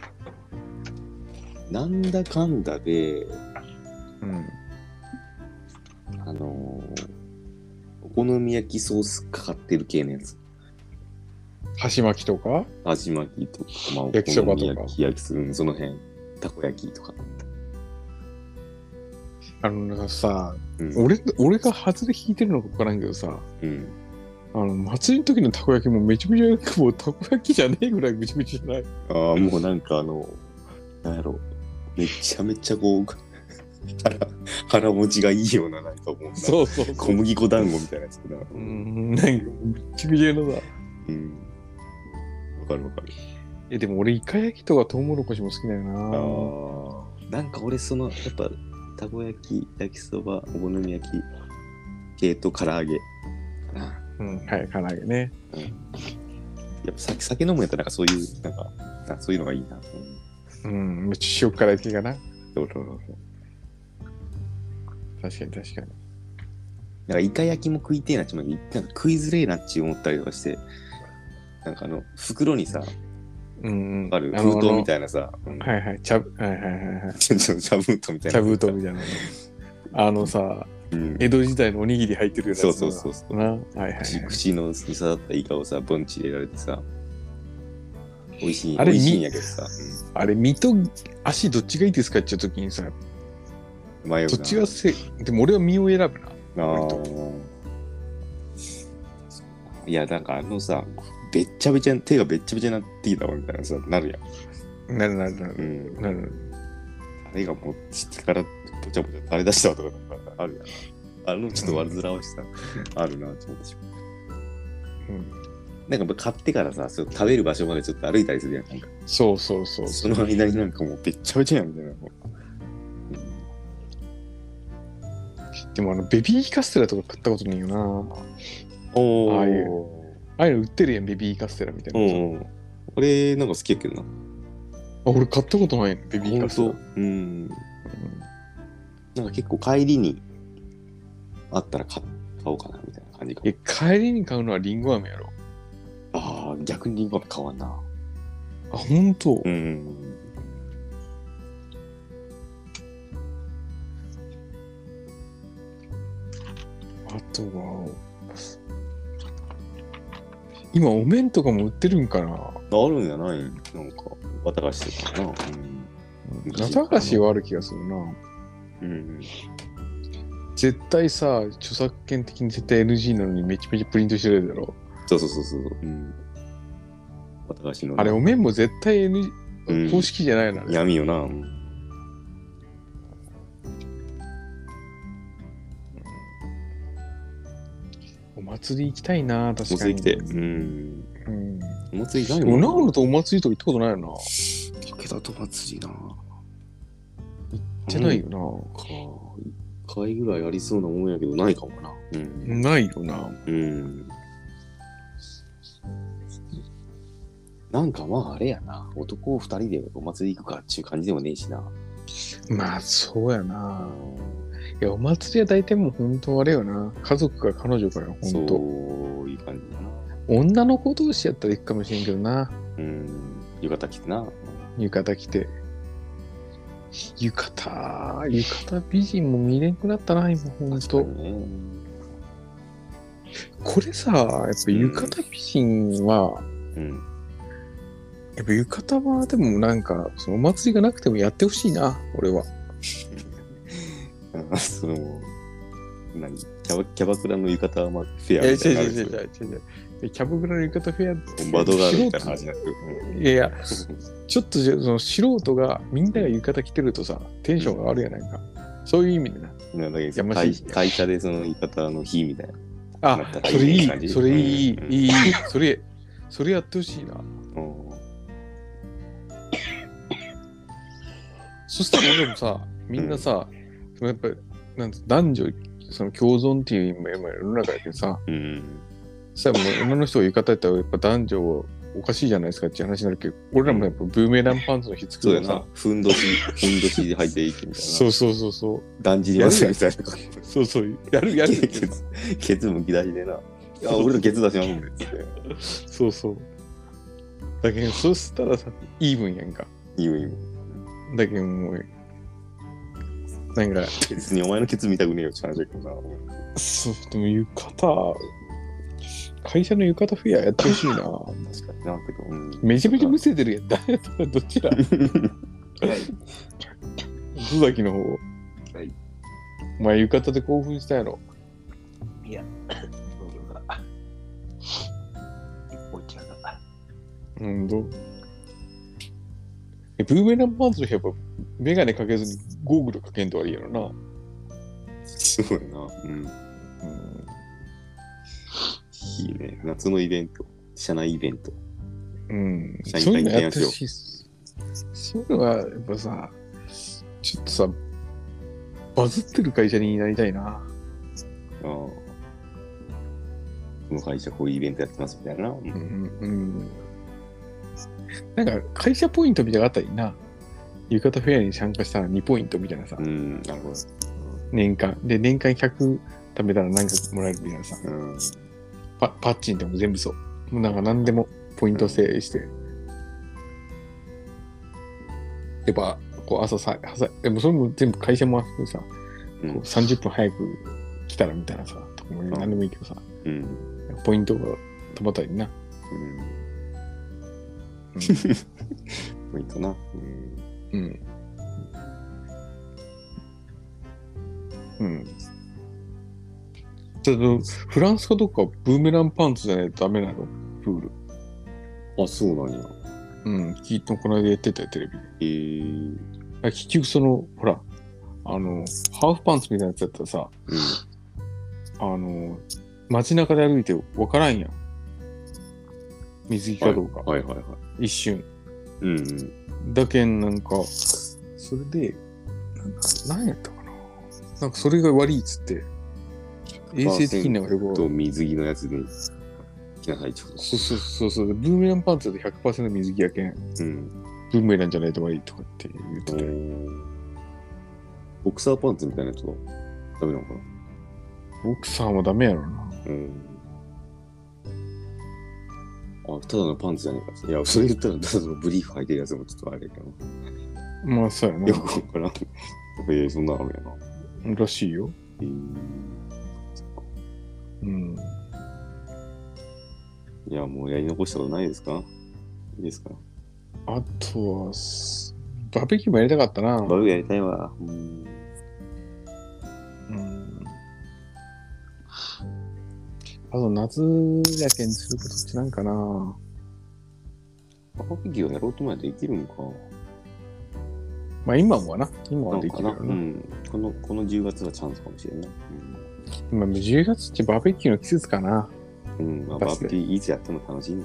[SPEAKER 1] なんだかんだで、うん、あのー、お好み焼きソースかかってる系のやつ。
[SPEAKER 2] 箸巻きとか
[SPEAKER 1] 箸巻きとか、まあ、
[SPEAKER 2] 焼きそばとか。
[SPEAKER 1] 焼き焼きする、その辺。たこ焼きとか。
[SPEAKER 2] あのさ、うん、俺、俺が外れ引いてるのか分からんけどさ、うん、あの祭りの時のたこ焼きもめちゃめちゃもうたこ焼きじゃねえぐらいぐちぐちじゃない？
[SPEAKER 1] ああ、もうなんかあの、なんやろ、めちゃめちゃこう、腹、腹持ちがいいような、なんかもう、
[SPEAKER 2] そうそうそう。
[SPEAKER 1] 小麦粉団子みたいなやつだな。
[SPEAKER 2] うん、なんかめっちゃぐちゃのさ。
[SPEAKER 1] うん。わかるわかる。
[SPEAKER 2] え、でも俺、イカ焼きとかトウモロコシも好きだよな。あ
[SPEAKER 1] あ。なんか俺、その、やっぱ、たこ焼き、焼きそば、お好み焼き系と唐揚げかな。
[SPEAKER 2] うん、はい、唐揚げね。うん。や
[SPEAKER 1] っぱ酒、酒飲むやったらなんかそういう、なんか、そういうのがいいな。
[SPEAKER 2] うん、めっちゃ塩辛い系かな。
[SPEAKER 1] そうそうそう。
[SPEAKER 2] 確かに確かに。
[SPEAKER 1] なんかイカ焼きも食いてえなっちまう、なんか食いづれえなっち思ったりとかして、なんかあの、袋にさ、うんうん、ある封筒みたいなさ、
[SPEAKER 2] うん、はいはい、茶ぶ、はいはいはいはい。
[SPEAKER 1] 茶封筒みたいな。
[SPEAKER 2] 茶封筒みたいな。あのさ、うん、江戸時代のおにぎり入ってるやつ
[SPEAKER 1] そうそうそうそう。
[SPEAKER 2] な。はいはい、はい。
[SPEAKER 1] 口のにさったイカをさ、ボンチ入れられてさ、美味しい、あれ美味しいんやけどさ。
[SPEAKER 2] うん、あれ、身と足どっちがいいですかって言った時にさ、
[SPEAKER 1] 迷うな。
[SPEAKER 2] どっちがせ、でも俺は身を選ぶな。ああ。
[SPEAKER 1] いや、なんかあのさ、べっちゃべちゃ、手がべっちゃべちゃになってきたわみたいなさ、なるや
[SPEAKER 2] ん。なるなるなる。うん、なる。
[SPEAKER 1] あれがもう、口からぼちゃぼちゃ垂れ出したわとかあるやん。あのちょっと煩わしさ、うん、あるなって思ってしまう。うん。なんか買ってからさ、そう食べる場所までちょっと歩いたりするやん。なんか
[SPEAKER 2] そうそうそう。
[SPEAKER 1] その間になんかもうべっちゃべちゃやんみたいな。
[SPEAKER 2] でもあのベビーカステラとか食ったことないよな。
[SPEAKER 1] お
[SPEAKER 2] ああいう、ああいうの売ってるやん、ベビーカステラみたいな。
[SPEAKER 1] お俺なんか好きやけどな。あ、
[SPEAKER 2] 俺買ったことないの、ベビーカステラ。うん。うん、
[SPEAKER 1] なんか結構帰りにあったら買おうかなみたいな感じか。
[SPEAKER 2] え、帰りに買うのはリンゴ飴やろ。
[SPEAKER 1] ああ、逆にリンゴ飴買わんな。
[SPEAKER 2] あ、ほんと？
[SPEAKER 1] うん。
[SPEAKER 2] あとは、今お面とかも売ってるんかな。あ
[SPEAKER 1] るんじゃない？なんか綿菓子とかな。うん。
[SPEAKER 2] 綿菓子はある気がするな。うん。絶対さ、著作権的に絶対 エヌジー なのにめちゃめちゃプリントしてるだろ。
[SPEAKER 1] そうそうそうそう。うん。綿菓子の。
[SPEAKER 2] あれお面も絶対 エヌジー、うん、公式じゃないな。
[SPEAKER 1] 闇よな。うん
[SPEAKER 2] お祭り行きたいな、確かに。
[SPEAKER 1] お祭り来て。うん。うん。お祭り行きたい
[SPEAKER 2] もんな。長野とお祭りとか行ったことないよな。
[SPEAKER 1] 武田と祭りな。行
[SPEAKER 2] ってないよな。
[SPEAKER 1] か。一回ぐらいありそうなもんやけど、ないかもな。
[SPEAKER 2] うん。ないよな。うん。
[SPEAKER 1] なんかまああれやな。男二人でお祭り行くかっていう感じでもねえしな。
[SPEAKER 2] まあそうやな。いや、お祭りは大体もう本当あれよな。家族が彼女から本当。
[SPEAKER 1] そういう感じだな。
[SPEAKER 2] 女の子同士やったら行くかもしれんけどな。
[SPEAKER 1] うん。浴衣着てな。
[SPEAKER 2] 浴衣着て。浴衣、浴衣美人も見れんくなったな、今ほんと。これさ、やっぱ浴衣美人は、
[SPEAKER 1] うん。
[SPEAKER 2] やっぱ浴衣はでもなんか、そのお祭りがなくてもやってほしいな、俺は。
[SPEAKER 1] あその、何キャバ、キャバクラの浴衣はまあフェア
[SPEAKER 2] いや、
[SPEAKER 1] みたいな。
[SPEAKER 2] 違う違う違う違う違う。キャバクラの浴衣フェア
[SPEAKER 1] バドガールみたいな話になってる。
[SPEAKER 2] いやいや、ちょっとその素人がみんなが浴衣着てるとさ、テンションが上がるやないか。そういう意味でな。
[SPEAKER 1] なんだけど会会社でその浴衣の日みたいな。
[SPEAKER 2] あ、それいい、それいい、うん、いい、それ、それやってほしいな。そしたら俺もさ、みんなさ、うん、やっぱりなん男女その共存っていう今世の中だけどさ、うん、そしたらもう女の人が浴衣やったらやっぱ男女おかしいじゃないですかっていう話になるけど、俺らもやっぱブーメランパンツの日作るからさ、
[SPEAKER 1] ふんどし、ふんどしで履いていきみたいな。
[SPEAKER 2] そうそうそうそう。
[SPEAKER 1] だんじりやるみたいな。
[SPEAKER 2] そうそう。やるやる。
[SPEAKER 1] ケツ、ケツむき出しでな。あ、俺らケツ出しますもんねって。
[SPEAKER 2] そうそう。だけど、そうしたらさ、イーブンやんか。
[SPEAKER 1] イーブンイーブ
[SPEAKER 2] ン。だけどもう、なんか。
[SPEAKER 1] 別にお前のケツ見たくねえよって話だけどな。
[SPEAKER 2] そう、でも浴衣、会社の浴衣フェアやってほしいな。確か
[SPEAKER 1] にな。けど、うん、
[SPEAKER 2] めちゃめちゃむせてるやん。誰とかどっちだはい。須崎の方。はい。お前浴衣で興奮したやろ。
[SPEAKER 3] いや、そうが。お茶が。
[SPEAKER 2] うんどうえ、ブーメランパンツの日やっぱメガネかけずにゴーグルかけんとありやろな。
[SPEAKER 1] すごいな。うん。うんいいね。夏のイベント、社内イベント。
[SPEAKER 2] うん。そういうのやってほしいっす。そういうのはやっぱさ、ちょっとさ、バズってる会社になりたいな。ああ。こ
[SPEAKER 1] の会社こういうイベントやってますみたいな。うん。うん、
[SPEAKER 2] なんか会社ポイントみたいなのがあったらいいな。浴衣フェアに参加したらにポイントみたいなさ。
[SPEAKER 1] うん、なるほど。
[SPEAKER 2] 年間。で、年間ひゃく貯めたら何かもらえるみたいなさ。うんパ, パッチンでも全部そう。もうなんか何でもポイント制して。うん、やっぱ、こう朝さ、朝、でもそれも全部会社もさ、うん、こうさんじゅっぷん早く来たらみたいなさ、とかも何でもいいけどさ、うん、ポイントがたまったりな。うん。
[SPEAKER 1] うん、ポイントな。うん。うん。
[SPEAKER 2] うんちょっとフランスかどっかブーメランパンツじゃないとダメなのプール。
[SPEAKER 1] あ、そうなんや。
[SPEAKER 2] うん、聞いてこの間やってたよ、テレビで。
[SPEAKER 1] えー、
[SPEAKER 2] 結局その、ほら、あの、ハーフパンツみたいなやつやったらさ、うん、あの、街中で歩いて分からんやん。水着かどうか。
[SPEAKER 1] はいはいはい、はい。
[SPEAKER 2] 一瞬。
[SPEAKER 1] うん、うん。
[SPEAKER 2] だけん、なんか、それで、なんか、何やったかな。なんかそれが悪いっつって、衛生的にはよく。
[SPEAKER 1] と水着のやつで着なさいってこと。
[SPEAKER 2] そうそうそうそう。ブーメランパンツで ひゃくパーセント 水着やけん。うん。ブーメランじゃないと悪いとかって言うとね。
[SPEAKER 1] ボクサーパンツみたいなやつはダメなのかな。
[SPEAKER 2] ボクサーもダメやろな。
[SPEAKER 1] うん。あ、ただのパンツじゃねえか。いや、それ言ったらただのブリーフ履いてるやつもちょっとあれやけど。
[SPEAKER 2] まあそうやな。
[SPEAKER 1] よくわからん。えー、そんなのあるや
[SPEAKER 2] な。らしいよ。えーうん、
[SPEAKER 1] いや、もうやり残したことないですか？いいですか？
[SPEAKER 2] あとは、バーベキューもやりたかったな。
[SPEAKER 1] バーベキューやりたいわ。うん。
[SPEAKER 2] うん、あと、夏やけんすることってなんかな。
[SPEAKER 1] バーベキューをやろうと思えばできるのか。
[SPEAKER 2] まあ今はな。今はできるよな。
[SPEAKER 1] うん。この、このじゅうがつがチャンスかもしれんない。うん
[SPEAKER 2] 今もうじゅうがつってバーベキューの季節かな。
[SPEAKER 1] うん、まあ、バーベキューいつやっても楽しいね。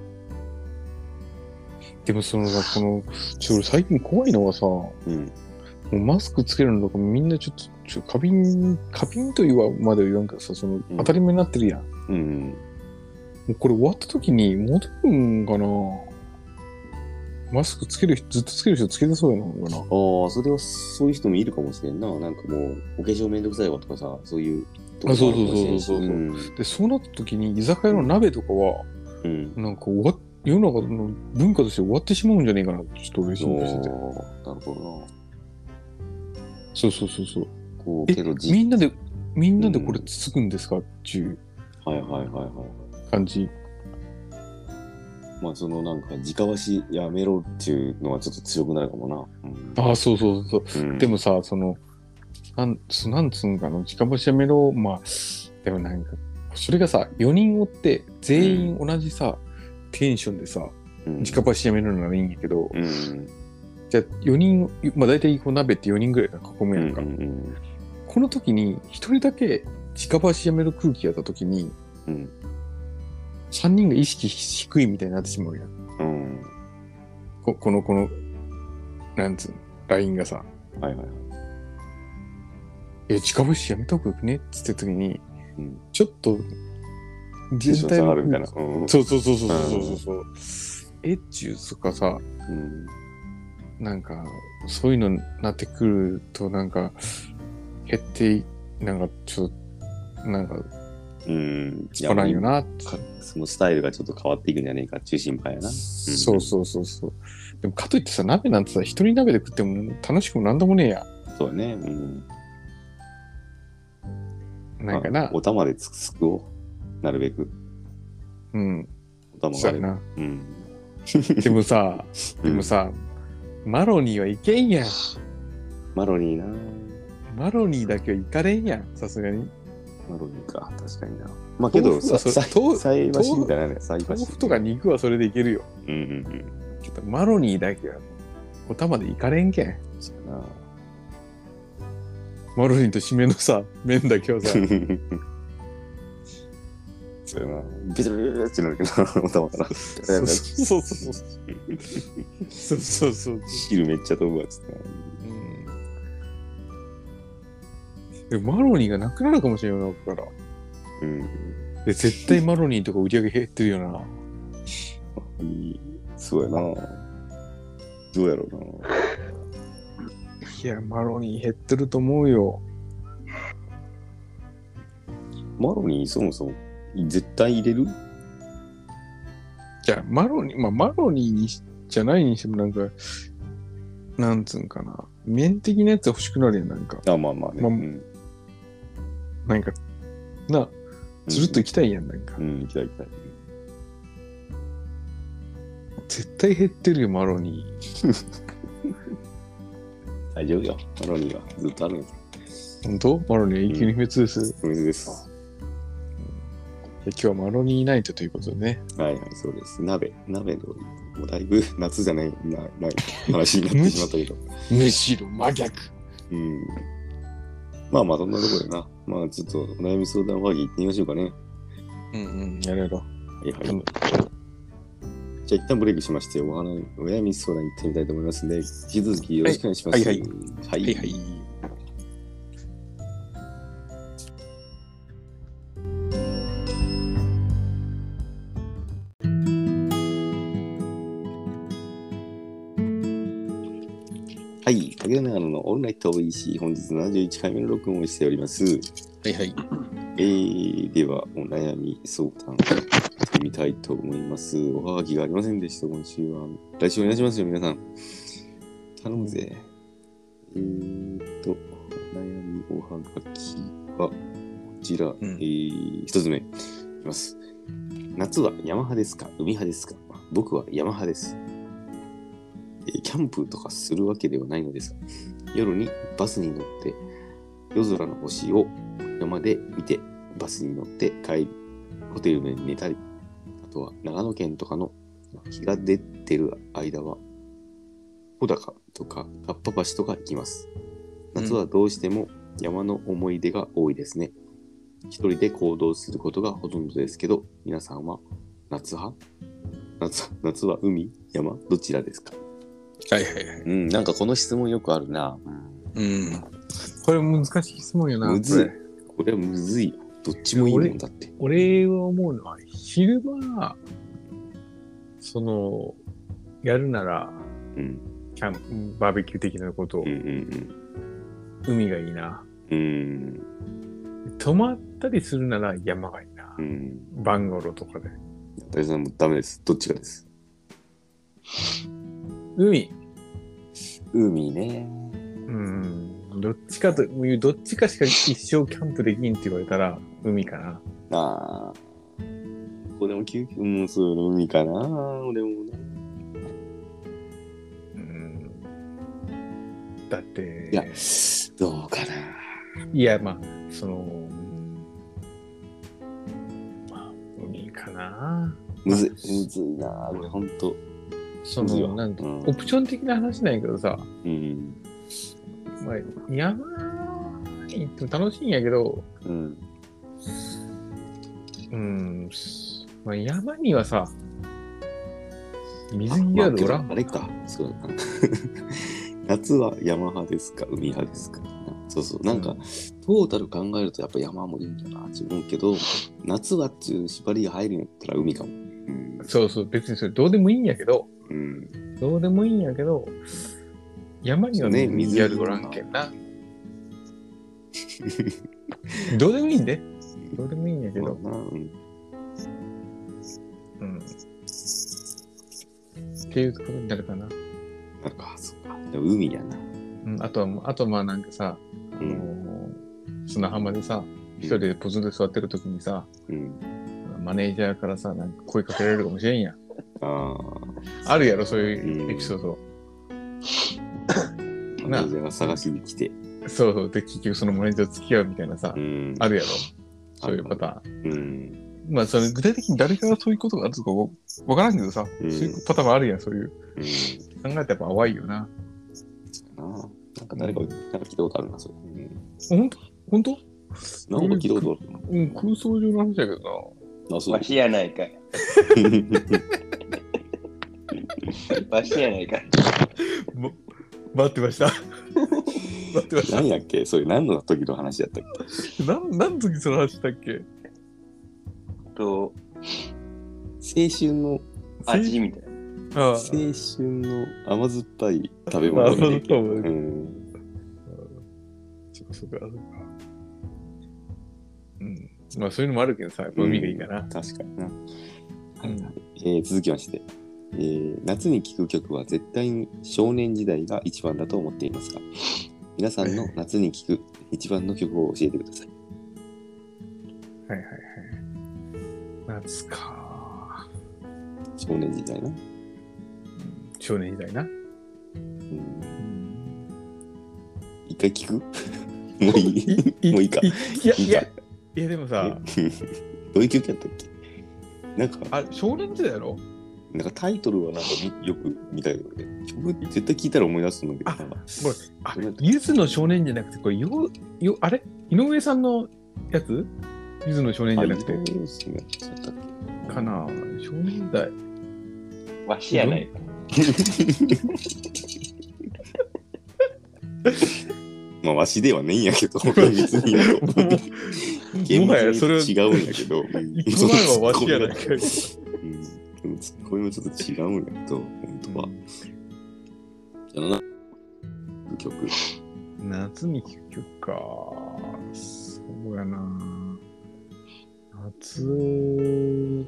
[SPEAKER 2] でもそのさ、この、ちょ、最近怖いのがさ、うん、もうマスクつけるのとかみんなちょっと、ちょ過敏、過敏というはまでは言わんけどさ、その、当たり前になってるやん。うん。うん、もうこれ終わった時に戻るんかな。マスクつける人、ずっとつける人つけてそうやなのかな。あ
[SPEAKER 1] あ、それはそういう人もいるかもしれんな。なんかもう、お化粧めんどくさいわとかさ、そういう
[SPEAKER 2] ところあそうそうそうそう、うん。で、そうなった時に、居酒屋の鍋とかは、うん、なんか終わっ、世の中の文化として終わってしまうんじゃねえかな、ちょっと嬉しいんですて。
[SPEAKER 1] なるほどな。
[SPEAKER 2] そうそうそうそう。
[SPEAKER 1] こう、けど
[SPEAKER 2] みんなで、みんなでこれつつくんですか、っていう。
[SPEAKER 1] はいはいはいはい。
[SPEAKER 2] 感じ。
[SPEAKER 1] まあそのなんか直箸やめろっていうのはちょっと強くなるかもな。
[SPEAKER 2] うん、ああそうそうそうそう、うん、でもさそのなんなんつうんかの直箸やめろまあでもなんかそれがさよにんおって全員同じさ、うん、テンションでさ、うん、直箸やめるのならいいんやけど、うん、じゃあよにんまあ大体こう鍋ってよにんぐらいが囲むやんか、うんうんうん、この時にひとりだけ直箸やめる空気やった時に、うん、さんにんが意識低いみたいになってしまうやん、うん、こ, このこのなんつうのラインがさ、はいはいはい、え直箸やめたくよくねっつって時に、うん、ちょっと
[SPEAKER 1] 全体のみたいな、
[SPEAKER 2] うん、そうそうそうそうそうそうそう、うん、エッチューとかさ、うん、なんかそういうのになってくるとなんか減ってなんかちょっとなんかうんつかないよなって、
[SPEAKER 1] そのスタイルがちょっと変わっていくんじゃねえかっていう心配やな、うん、
[SPEAKER 2] そうそうそうそう。でもかといってさ鍋なんてさ一人鍋で食っても楽しくもなんでもねえや。
[SPEAKER 1] そうね、うん、
[SPEAKER 2] なんかな
[SPEAKER 1] お玉でつくすくをなるべく
[SPEAKER 2] うん
[SPEAKER 1] お玉が
[SPEAKER 2] そうやな、うん、でもさでもさ、うん、マロニーはいけんやん。
[SPEAKER 1] マロニーな
[SPEAKER 2] マロニーだけはいかれんやんさすがに。
[SPEAKER 1] マロニーか確かにな。まあけどさ菜箸みたいなね、菜
[SPEAKER 2] 箸豆腐とか肉はそれでいけるよ。うんうんうん。ちょっとマロニーだけはお玉でいかれんけん。そうな。マロニーと締めのさ麺だけはさ。
[SPEAKER 1] そうやな。ビチビチビチってなるけどお玉から。そう
[SPEAKER 2] そうそうそう。そうそうそう。
[SPEAKER 1] 汁めっちゃ飛ぶわっつって。
[SPEAKER 2] でマロニーがなくなるかもしれないから。うん。で絶対マロニーとか売り上げ減ってるよな。
[SPEAKER 1] そうやな。どうやろうな。
[SPEAKER 2] いやマロニー減ってると思うよ。
[SPEAKER 1] マロニーそもそも絶対入れる？
[SPEAKER 2] じゃあマロニーまあマロニーにじゃないにしてもなんかなんつうんかな面的なやつ欲しくなるやんなんか。
[SPEAKER 1] あまあまあね。まあうん
[SPEAKER 2] なんか、な、ずるっと行きたいやん、なんか。
[SPEAKER 1] うん、行きたい行きたい。
[SPEAKER 2] 絶対減ってるよ、マロニー。
[SPEAKER 1] 大丈夫よ、マロニーは。ずっとあるんよ。
[SPEAKER 2] 本当？マロニーは永久に不滅です。
[SPEAKER 1] 不滅です。
[SPEAKER 2] 今日はマロニーナイトということでね。
[SPEAKER 1] はいはい、そうです。鍋、鍋の、もうだいぶ夏じゃない、な、ない話になってしまったけど。
[SPEAKER 2] むしろ真逆。
[SPEAKER 1] うん。まあまあ、そんなところでな。まあ、ちょっとお悩み相談ファーギー行ってみましょうかね。
[SPEAKER 2] うんうん、やれろ。
[SPEAKER 1] はいはい。じゃあ、一旦ブレイクしまして、お話、お悩み相談行ってみたいと思いますので、引き続きよろしくお願いします。
[SPEAKER 2] はいはい。はい
[SPEAKER 1] はい。はいはいはい。竹田長野のオールナイトおいしい本日ななじゅういっかいめの録音をしております。
[SPEAKER 2] はいはい。
[SPEAKER 1] えー、では、お悩み相談をしてみたいと思います。おはがきがありませんでした、今週は。来週お願いしますよ、皆さん。頼むぜ。えーと、お悩みおはがきは、こちら、うん、えー、一つ目、いきます。夏は山派ですか、海派ですか？僕は山派です。キャンプとかするわけではないのですが、夜にバスに乗って夜空の星を山で見てバスに乗って帰り、ホテルで寝たり、あとは長野県とかの日が出てる間は穂高とかかっぱ橋とか行きます。夏はどうしても山の思い出が多いですね。一人で行動することがほとんどですけど、皆さんは夏派？夏、夏は海、山、どちらですか？
[SPEAKER 2] はいはいはい。
[SPEAKER 1] うん、なんかこの質問よくあるな。
[SPEAKER 2] うん。これ難しい質問よな。
[SPEAKER 1] むずい。これはむずいよ。どっちもいいもんだって。
[SPEAKER 2] 俺は思うのは、昼間、その、やるなら、うん、キャンプ、バーベキュー的なことを、うんうんうん、海がいいな。うん。泊まったりするなら山がいいな。うん。バンガローとかで。
[SPEAKER 1] 大さんもダメです。どっちかです。
[SPEAKER 2] 海。
[SPEAKER 1] 海ね。
[SPEAKER 2] うん。どっちかと、どっちかしか一生キャンプできんって言われたら、海かな。
[SPEAKER 1] ああ。 こでも究極もそうの海かな、俺もね。
[SPEAKER 2] うん。だって。
[SPEAKER 1] いや、どうかな。
[SPEAKER 2] いや、まあ、その、まあ、海かな。
[SPEAKER 1] むずい、むずいな、これほんと。
[SPEAKER 2] その、なんて、うん、オプション的な話なんやけどさ、うん。まあ、山行っても楽しいんやけど、うん。うん、まあ、山にはさ、水着があるおらん。
[SPEAKER 1] あれか、そうだな。夏は山派ですか、海派ですか。そうそう、なんか、うん、トータル考えるとやっぱ山もいいんだなって思うけど、夏はっていう縛りが入るんやったら海かも。うん、
[SPEAKER 2] そうそう、別にそれどうでもいいんやけど、うん、どうでもいいんやけど、山には水着あるおらんけんな。どうでもいいんで。どうでもいいんやけど。まあ、うん。うん。っていうところになるかな。
[SPEAKER 1] なるか、そっか。でも海やな。
[SPEAKER 2] うん、あとは、あとまあなんかさ、あのー、砂浜でさ、一人でポツンと座ってる時にさ、うん、マネージャーからさ、なんか声かけられるかもしれんや。ああ。あるやろ、そういうエピソード。
[SPEAKER 1] うん、マネージャーが探しに来て。
[SPEAKER 2] そうそう。で、結局そのマネージャーと付き合うみたいなさ、うん、あるやろ。そういうパターン。うん、まあ、それ具体的に誰かがそういうことがあるとかわからんけどさ、うん、そういうパターンもあるやん、そういう。うん、考えたらやっぱ淡いよな。
[SPEAKER 1] なんか誰か、なんか聞いたことあるな、それ。
[SPEAKER 2] うん、ほんとほんと
[SPEAKER 1] なんか聞いたことある。
[SPEAKER 2] うん、空想上の話だけど
[SPEAKER 3] な。あ、そう。わしやないかい。わしやないかい。
[SPEAKER 2] も待ってました。待ってました。
[SPEAKER 1] 何やっけそれ何の時の話やったっ
[SPEAKER 2] け何何の時その話だっけ
[SPEAKER 3] と、
[SPEAKER 1] 青春の
[SPEAKER 3] 味みたいな。
[SPEAKER 1] ああ青春の甘酸っぱい食べ物みたいな。うん。
[SPEAKER 2] そっかそっかそっか。うん。まあそういうのもあるけどさ、やっぱ海がいいかな。
[SPEAKER 1] うん、確かにな。うんえー、続きまして、えー。夏に聴く曲は絶対に少年時代が一番だと思っていますが、皆さんの夏に聴く一番の曲を教えてください。
[SPEAKER 2] はいはいはい。夏か。
[SPEAKER 1] 少年時代な。
[SPEAKER 2] 少年時代な。うん。
[SPEAKER 1] 一回聞くもういいもういいか。
[SPEAKER 2] いや、いや、いやでもさ、
[SPEAKER 1] どういう曲やったっけなんか。
[SPEAKER 2] あ、少年時代やろ
[SPEAKER 1] なんかタイトルはなんかよく見たよね。曲絶対聞いたら思い出すんだけど。あ、これ、
[SPEAKER 2] あ、ゆずの少年じゃなくて、これ、よ、よ、あれ井上さんのやつゆずの少年じゃなくて。井上さんのやつだったっけかな少年時代。
[SPEAKER 3] わしやないか。
[SPEAKER 1] まあ、わしではねえんやけど、別に言うと。
[SPEAKER 2] もはやそれは
[SPEAKER 1] 違うんやけど。
[SPEAKER 2] いつ前はわしやないか。
[SPEAKER 1] これもちょっと違うんやけど、本当は。じゃあな、曲。
[SPEAKER 2] 夏に聴く曲か。そうやな。夏。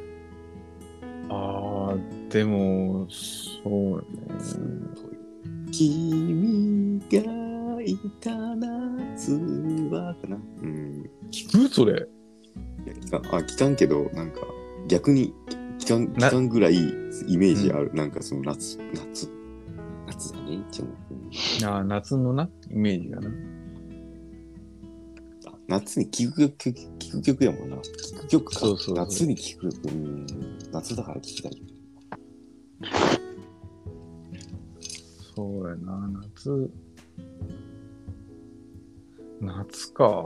[SPEAKER 2] ああ、でも、そうね。
[SPEAKER 1] 君がいた夏はかな。うん。
[SPEAKER 2] 聞くそれ。
[SPEAKER 1] いや、聞かん、あ、聞かんけど、なんか、逆に、期間、期間ぐらいイメージある。なんかその夏、夏、夏だねって思
[SPEAKER 2] う。ああ、夏のな、イメージがな。
[SPEAKER 1] あ、夏に聴く曲、聴く曲やもんな。聴く曲か。そうそうそう。夏に聴く。うん。夏だから聴きたい。
[SPEAKER 2] そうやな、夏。夏か。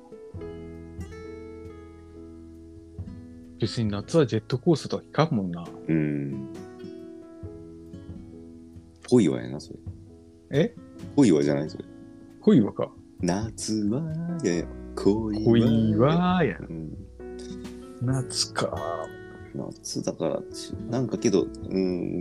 [SPEAKER 2] 別に夏はジェットコースターとか聞かんもんな。うん。
[SPEAKER 1] ぽいわやな、それ。
[SPEAKER 2] え
[SPEAKER 1] ぽいわじゃないそれ。
[SPEAKER 2] 恋はか。
[SPEAKER 1] 夏はやや、恋は。
[SPEAKER 2] 恋はや。うん、夏か。
[SPEAKER 1] 夏だから、なんかけど、うん、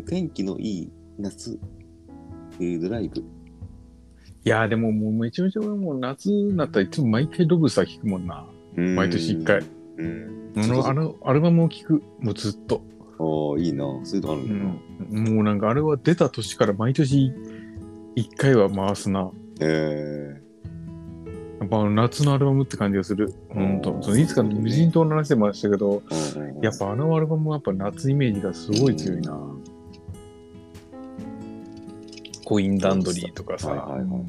[SPEAKER 1] 天気のいい夏、ドライブ。い
[SPEAKER 2] やでももうめちゃめちゃもう夏になったらいつも毎回ロブスター聞くもんな。毎年一回。うん。あの、あのアルバムを聴く、もうずっと。
[SPEAKER 1] ああ、いいな。そういうのあるんだな、
[SPEAKER 2] うん。もうなんかあれは出た年から毎年一回は回すな。ええやっぱ夏のアルバムって感じがする。ほんと。そのいつかの無人島の話でもありましたけど、やっぱあのアルバムはやっぱ夏イメージがすごい強いな。コインランドリーとかさ、はいはいはい、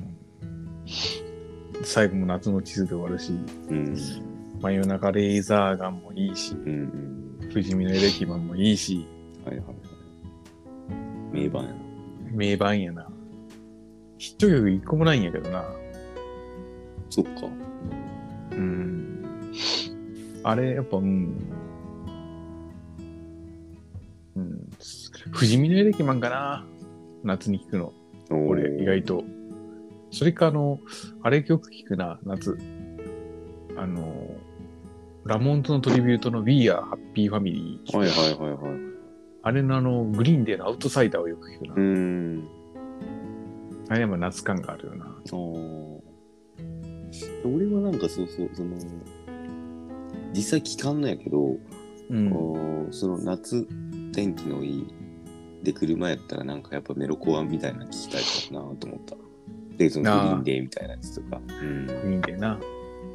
[SPEAKER 2] 最後も夏の地図で終わるし、うん、真夜中レーザーガンもいいし、うんうん、不死身のエレキマンもいいし、はいはいはい、
[SPEAKER 1] 名盤やな。
[SPEAKER 2] 名盤やな。ヒット曲一個もないんやけどな。
[SPEAKER 1] そっか。
[SPEAKER 2] うん。あれ、やっぱ、うん。うん。不死身のエレキマンかな。夏に聴くの。俺、意外と。それか、あの、あれ曲聴くな、夏。あの、ラモンズのトリビュートの We Are Happy Family。
[SPEAKER 1] はいはいはいはい。
[SPEAKER 2] あれのあの、グリーンデーのアウトサイダーをよく聴くな。うん。あれは夏感があるよな。
[SPEAKER 1] 俺はなんかそうそう、その、実際期間のやけど、うん、その夏天気のいいで車やったらなんかやっぱメロコアみたいなの聞きたいかなと思った。で、そのグリーンデーみたいなやつとか。
[SPEAKER 2] うん、グリーンデーな。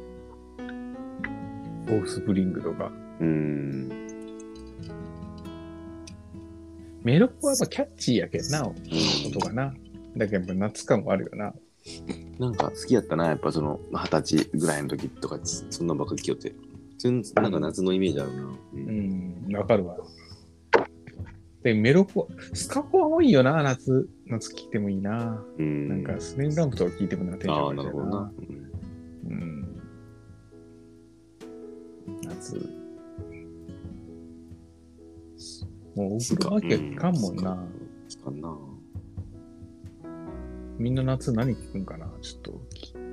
[SPEAKER 2] オフスプリングとか。うん。メロコアはやっぱキャッチーやけどな、うん、音がな。だけどやっぱ夏感はあるよな。
[SPEAKER 1] なんか好きやったな、やっぱその二十歳ぐらいの時とか、そんなばっかりきよって。なんか夏のイメージあるな。
[SPEAKER 2] うん、わ、うん、かるわ。で、メロコア、スカコアもいいよな、夏。夏聴いてもいいな。うん、なんかスネーランプとか聴いてもな、テンション上がるな。ああ、なるほどな。うん。うん、夏。もうお風呂わけかんもんな。
[SPEAKER 1] つかんな。
[SPEAKER 2] みんな夏何聴くんかな、ちょっと。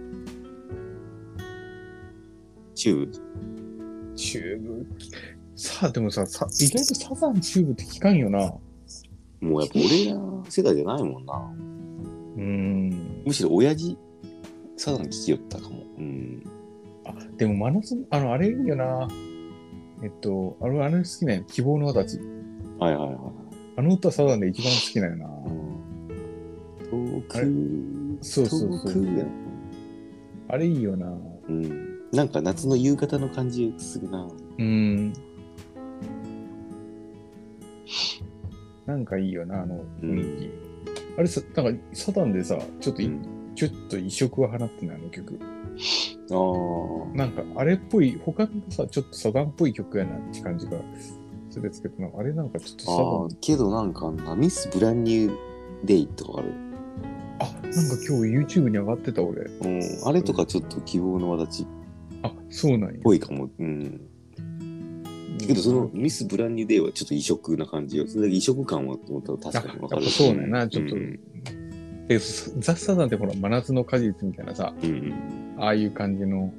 [SPEAKER 1] チューブ
[SPEAKER 2] チューブさあ、でもさ、さ意外とサザンチューブって聞かんよな。
[SPEAKER 1] もうやっぱ俺ら世代じゃないもんな。うん。むしろ親父、サザン聞きよったかも。うん。
[SPEAKER 2] あ、でも真夏、あの、あれいいよな。えっと、あれ、あれ好きなよ。希望の形。はいはいはい。あの歌サザンで一番好きなよな。うん、遠く、そうそうそう。あれいいよな。
[SPEAKER 1] うん。なんか夏の夕方の感じするな。うん。
[SPEAKER 2] なんかいいよな、あの雰囲気。うん、あれさ、なんかサザンでさ、ちょっと、うん、ちょっと異色は放ってないあの曲。ああ。なんかあれっぽい、他のさ、ちょっとサザンっぽい曲やなって感じがするんですけど、あれなんかちょっとサザン。ああ、
[SPEAKER 1] けどなんかな、ミス・ブランニュー・デイとかある。
[SPEAKER 2] あ、なんか今日 YouTube に上がってた俺。
[SPEAKER 1] うん。あれとかちょっと希望の形。
[SPEAKER 2] あ、そうなんや。
[SPEAKER 1] ぽいかも。うん。けどそのミス・ブランニュー・デイはちょっと異色な感じよ。それだけ異色感はと思ったら確かに分かる。
[SPEAKER 2] そうだな、ちょっと。うん、で、ザ・サザンってほら、真夏の果実みたいなさ、うんうん、ああいう感じの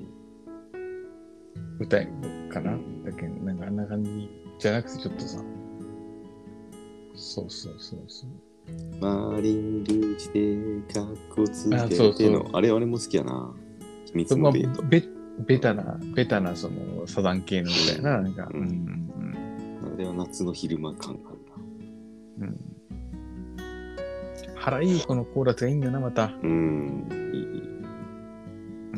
[SPEAKER 2] 歌かな、うん、だけど、なんかあんな感じじゃなくてちょっとさ、そうそうそうそう。
[SPEAKER 1] マーリン・ルージでカッコつけての、あ、そうそう、あれ、あれも好きやな。秘密のデート。
[SPEAKER 2] ベベタな、ベタなそのサザン系のみたいな、なんか、うんうんう
[SPEAKER 1] ん、あれは夏の昼間感があるな。うん。
[SPEAKER 2] 原優子のコーラスがいいんだな、また。うん。いい。うん。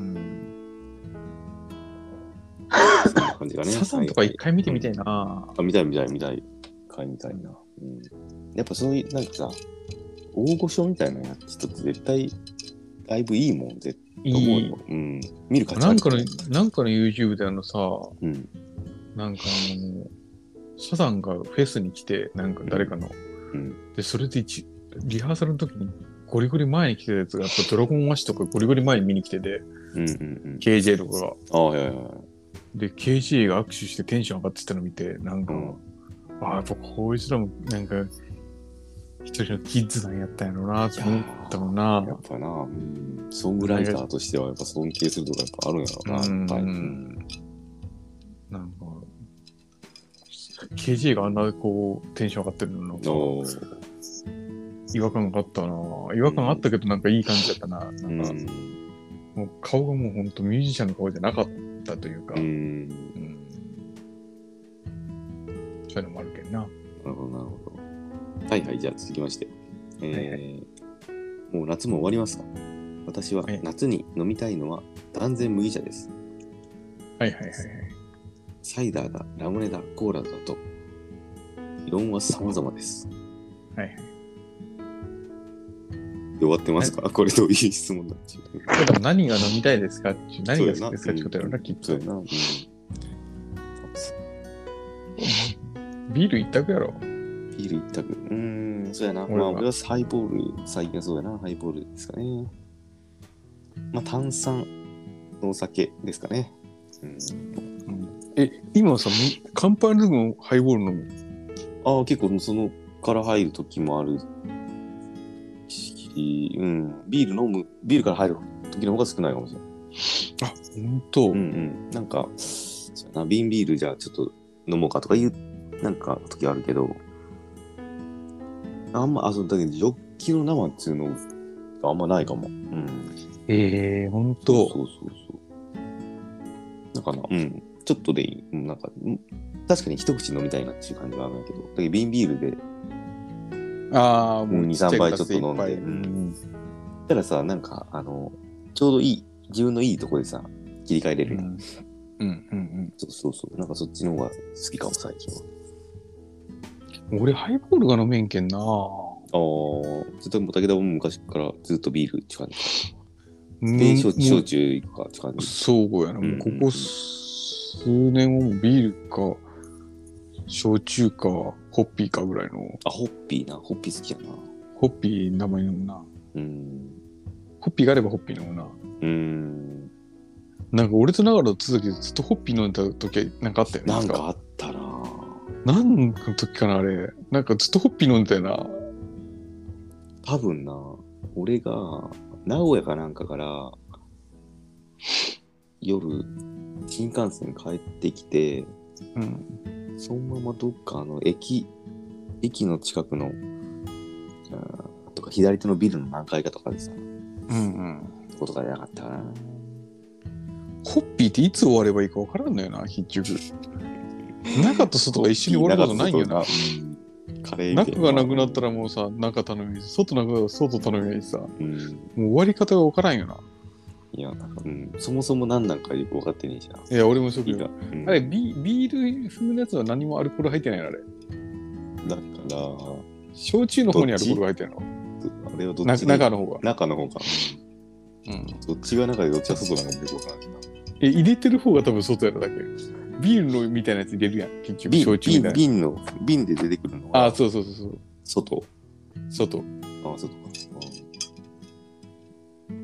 [SPEAKER 2] そんな感じがね。サザンとか一回見てみたいな。
[SPEAKER 1] あ、見たい見たい見たい。一回見たいな。うん。やっぱそういう、なんかさ、大御所みたいなやつと絶対、だいぶいいもん、絶対。いい。うん。見る価値ある。
[SPEAKER 2] なんかの、なんかの YouTube であのさ、うん、なんかあの、サザンがフェスに来て、なんか誰かの、うん、で、それで一、リハーサルの時にゴリゴリ前に来てたやつが、やっぱドラゴンワッシュとかゴリゴリ前に見に来てて、うんうんうん、ケージェー とかが。ああ、はいはいはい。で、ケージェー が握手してテンション上がってたの見て、なんか、うん、ああ、やっぱこいつらも、なんか、一人のキッズなんやったんやろうなって思ったもんな。
[SPEAKER 1] やっぱな、うん、ソングライターとしてはやっぱ尊敬するとかやっぱあるんやろうな、うん、はい、うん、
[SPEAKER 2] なんか、ケージェー があんなこう、テンション上がってるのなんか、違和感があったな。違和感あったけどなんかいい感じだったな。なんか、うん、もう顔がもうほんとミュージシャンの顔じゃなかったというか、うんうん、そういうのもあるけどな。な
[SPEAKER 1] るほど、なるほど。はいはい、じゃあ続きまして。えーはいはい、もう夏も終わりますか？ 私は夏に飲みたいのは断然麦茶です。
[SPEAKER 2] はいはいはいはい。
[SPEAKER 1] サイダーだ、ラムネだ、コーラだと、異論は様々です。
[SPEAKER 2] はいはい。
[SPEAKER 1] 終わってますか？これどういう質問だっちゅう。
[SPEAKER 2] でも何が飲みたいですかって、何が好きですかってことやろな、きっと。そうやな。うん、ビール一択やろ。
[SPEAKER 1] ビール一択。うーん、そうやな。まあ、俺はハイボール、最近はそうやな。ハイボールですかね。まあ、炭酸のお酒ですかね。うん。
[SPEAKER 2] うん、え、今さ、乾杯の時もハイボール飲む？
[SPEAKER 1] ああ、結構そのから入る時もあるし、うん。ビール飲む、ビールから入る時の方が少ないかもしれない。
[SPEAKER 2] あ、ほんと？
[SPEAKER 1] うんうん。なんか、そうやな、瓶ビールじゃあちょっと飲もうかとかいう、なんか時あるけど、あんま、あ、そう、だけど、ジョッキの生っていうのがあんまないかも。うん。
[SPEAKER 2] ええー、ほんと。
[SPEAKER 1] そうそうそうそう。なんかな、うん。ちょっとでいい。なんか、確かに一口飲みたいなっていう感じがあるんだけど、だけど瓶ビールで、
[SPEAKER 2] ああ、もう
[SPEAKER 1] に、さんばいちょっと飲んで。うん。たらさ、なんか、あの、ちょうどいい、自分のいいとこでさ、切り替えれる。うん、うん、
[SPEAKER 2] うん。
[SPEAKER 1] そうそうそう。なんかそっちの方が好きかも、最近は。
[SPEAKER 2] 俺、ハイボールが飲めんけんな。ああ。
[SPEAKER 1] ずっと、武田も昔からずっとビールって感じ。で、焼酎行くかって感じ。
[SPEAKER 2] そうやな。もうここ数年はもうビールか、焼酎か、ホッピーかぐらいの。
[SPEAKER 1] あ、ホッピーな。ホッピー好きやな。
[SPEAKER 2] ホッピー名前飲むな。
[SPEAKER 1] うん。
[SPEAKER 2] ホッピーがあればホッピー飲むな。
[SPEAKER 1] うん。
[SPEAKER 2] なんか俺と長良と続きずっとホッピー飲んだ時なんかあったよね。
[SPEAKER 1] なんかあったな。
[SPEAKER 2] 何の時かなあれ。なんかずっとホッピー飲んでたよな。
[SPEAKER 1] 多分な、俺が名古屋かなんかから夜新幹線帰ってきて、
[SPEAKER 2] うん、
[SPEAKER 1] そのままどっかの駅駅の近くのとか左手のビルの何階かとかでさ、
[SPEAKER 2] うんうん、
[SPEAKER 1] ことがなかったかな。
[SPEAKER 2] ホッピーっていつ終わればいいか分からんのよな、結局。中と外が一緒に終わることないよな。カレー中がなくなったらもうさ、中頼み、外なくなったら外頼みがいいさ、うん、もう終わり方が分からんよな。
[SPEAKER 1] いや、なんか、うん、そもそも何なんかよく分かってねえしな。
[SPEAKER 2] いや、俺もそうだ、うん。あれビ、ビール風のやつは何もアルコール入ってないのあれ。
[SPEAKER 1] だから、
[SPEAKER 2] 焼酎の方にアルコールが入ってるの？
[SPEAKER 1] あれはどっち？
[SPEAKER 2] 中の方が。
[SPEAKER 1] 中の方か。うん。どっちが中でどっちが外なんかもよく分からんけど。
[SPEAKER 2] え、入れてる方が多分外やるだけ。ビールのみたいなやつ入れるやん、結局。
[SPEAKER 1] 焼酎みたいな。瓶の、瓶で出てくるのは。
[SPEAKER 2] あ、そうそうそうそう。
[SPEAKER 1] 外。
[SPEAKER 2] 外。
[SPEAKER 1] ああ、外か。
[SPEAKER 2] うん。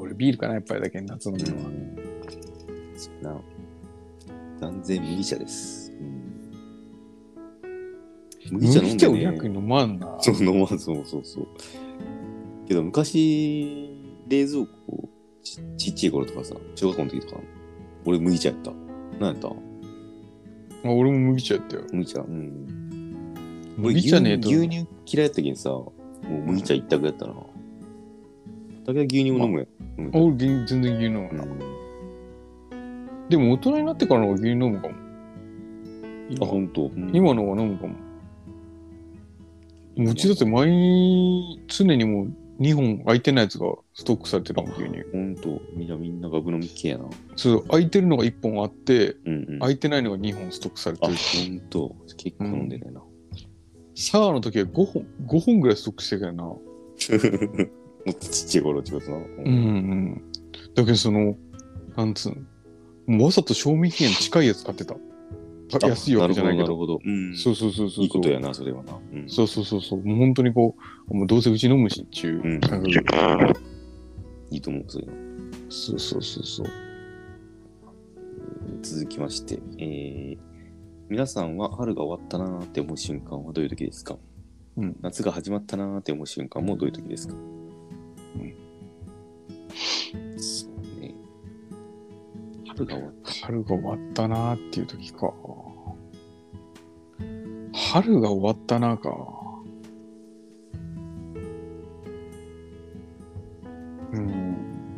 [SPEAKER 2] 俺ビールかな、やっぱりだけ夏のものは。
[SPEAKER 1] そうな。断然麦茶です。うん、
[SPEAKER 2] 麦茶飲んで、ね、麦茶を逆に飲まんな。
[SPEAKER 1] そう、飲まん、そうそうそう。けど昔、冷蔵庫、ち, ちっちゃい頃とかさ、小学校の時とか、俺麦茶やった。何やった？あ、
[SPEAKER 2] 俺も麦茶やったよ。
[SPEAKER 1] 麦茶。うん。
[SPEAKER 2] 麦茶ねえと。
[SPEAKER 1] 牛乳嫌いやったけんさ、もう麦茶一択やったな。だけど牛乳も飲むやん。
[SPEAKER 2] あ、俺全然牛乳飲むな。うん、でも大人になってからの方が牛乳飲むかも。
[SPEAKER 1] あ、ほんと。うん、
[SPEAKER 2] 今の方が飲むかも。うちだって毎日常にもうにほん空いてないやつがストックされてるもん、牛乳。
[SPEAKER 1] ほんと。みんなみんなガブ飲み系やな。
[SPEAKER 2] そう、空いてるのがいっぽんあって、
[SPEAKER 1] うんうん、
[SPEAKER 2] 空いてないのがにほんストックされてる。
[SPEAKER 1] あ、ほんと。結構飲んでないな。うん、
[SPEAKER 2] シャワーの時はごほん、ごほんぐらいストックしてるからな。も
[SPEAKER 1] っとちっちゃい頃ってことな。
[SPEAKER 2] うんうん。だけどその、なんつうの、もうわざと賞味期限近いやつ買ってた。安いわけじゃないけど。
[SPEAKER 1] なるほど。
[SPEAKER 2] うん、そうそうそうそう。
[SPEAKER 1] いいことやな、それはな。
[SPEAKER 2] うん、そうそうそうそう。もう本当にこう、もうどうせうち飲むしっていう感覚、うん、
[SPEAKER 1] いいと思う、そういうの。
[SPEAKER 2] そうそうそうそう。
[SPEAKER 1] 続きまして、えー、皆さんは春が終わったなーって思う瞬間はどういう時ですか？うん、夏が始まったなーって思う瞬間もどういう時ですか？うん、そうね。春が終わった。
[SPEAKER 2] 春が終わったなーっていう時か。春が終わったなーか。うん。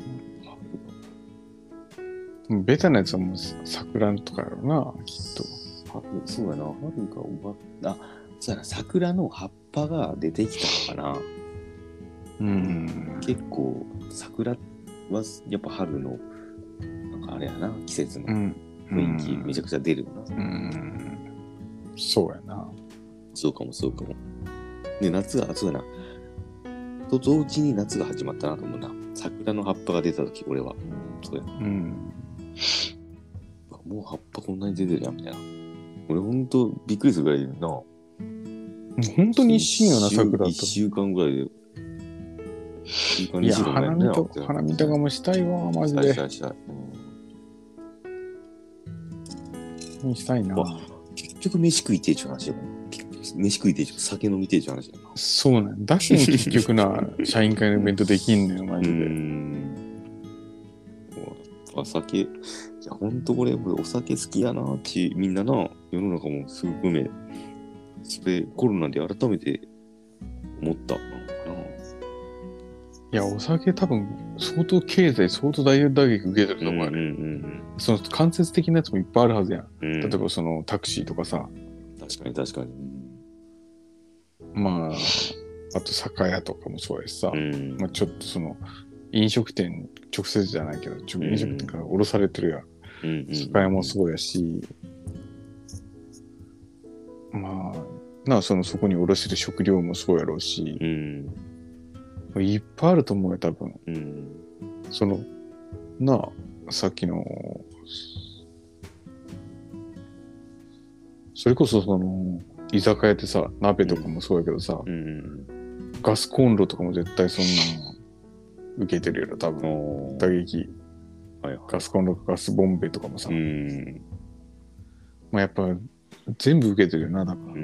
[SPEAKER 2] ベタなやつはもう桜とかやろうな、きっと。
[SPEAKER 1] 春、そうやな、春が終わった。あ、そうやな、桜の葉っぱが出てきたのかな。
[SPEAKER 2] うん。
[SPEAKER 1] 結構桜はやっぱ春のなんかあれやな、季節の雰囲気めちゃくちゃ出るな。
[SPEAKER 2] うん、うん、そうやな。
[SPEAKER 1] そうかもそうかも。で夏がそうやな。と同時に夏が始まったなと思うな。桜の葉っぱが出た時俺は、そうや。うん。もう葉っぱこんなに出てるやんみたいな。俺ほんとびっくりするぐらいいるな。
[SPEAKER 2] 本当に一瞬よな、桜と。
[SPEAKER 1] いっしゅうかんぐらいで。い
[SPEAKER 2] いや、花見とか、花見とかもしたいわ、マジで。したいしたい。うん、したいな。
[SPEAKER 1] 結局飯食いてえちゅう話やもん。飯食いてえちゅう、酒飲みてえちゅう話やな。
[SPEAKER 2] そうなん。だしに結局な、社員会のイベントできんのよ、マジで。うん。
[SPEAKER 1] お酒、いや、ほんとこれ、俺お酒好きやなって、みんなな、世の中もすごくめ、それ、コロナで改めて思ったのかな。
[SPEAKER 2] いや、お酒多分、相当経済、相当大打撃受けてると思うよね。うんうんうん、その間接的なやつもいっぱいあるはずやん。うん、例えばそのタクシーとかさ。
[SPEAKER 1] 確かに確かに。
[SPEAKER 2] まあ、あと酒屋とかもそうやしさ。うん、まあちょっとその、飲食店、直接じゃないけど、飲食店から降ろされてるやん。うんうん、酒屋もそうやし、まあ、なあ、そのそこにおろしてる食料もそうやろうし、うん、いっぱいあると思うよ、多分。うん、その、なあ、さっきの、それこそその、居酒屋でさ、鍋とかもそうやけどさ、うん、ガスコンロとかも絶対そんな受けてるやろ、多分。打撃。はいはい、ガスコンロとかガスボンベとかもさ。うん、まあやっぱ、全部受けてるよな、だから。うん、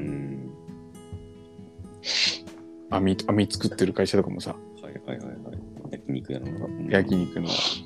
[SPEAKER 2] 網、網作ってる会社とかもさ。
[SPEAKER 1] はいはいはいはい。焼肉やの
[SPEAKER 2] な。焼肉の。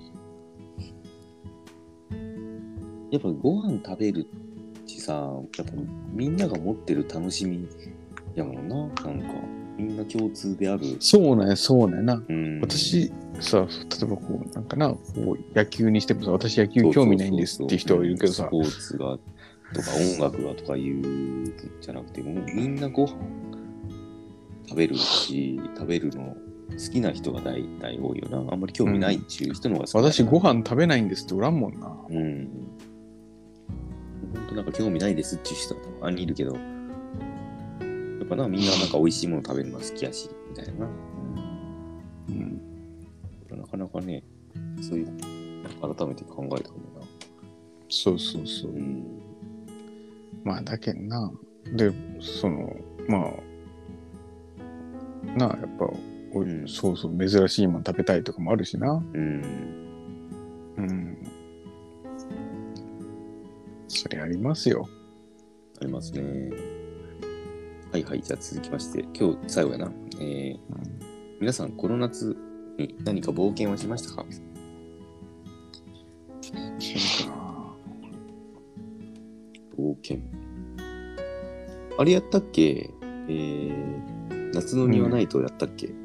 [SPEAKER 1] やっぱご飯食べるしさ、やっぱみんなが持ってる楽しみやもんな。なんか、みんな共通である。
[SPEAKER 2] そうね、そうねな。うん、私さ、例えばこう、なんかな、こう野球にしてもさ、私野球興味ないんですっていう人はいるけどさ。
[SPEAKER 1] スポーツがとか音楽がとか言うじゃなくて、もうみんなご飯食べるし、食べるの好きな人が大体多いよな。あんまり興味ないっていう人の方が
[SPEAKER 2] 好き、うん、私ご飯食べないんですっておらんもんな。うん。
[SPEAKER 1] 本当なんか興味ないですっていう人はたまにいるけど、やっぱな、みんななんか美味しいもの食べるの好きやし、みたいな。うん。うん、なかなかね、そういう、改めて考えたかもな。
[SPEAKER 2] そうそうそう。うん、まあ、だけんな。で、その、まあ、なあ、やっぱ、うん、そうそう、珍しいもの食べたいとかもあるしな。うん。うん。それありますよ。
[SPEAKER 1] ありますね。はいはい、じゃあ続きまして、今日最後やな。えーうん、皆さん、この夏に何か冒険はしましたか？冒険。あれやったっけ？えー、夏の庭ナイトやったっけ？うん、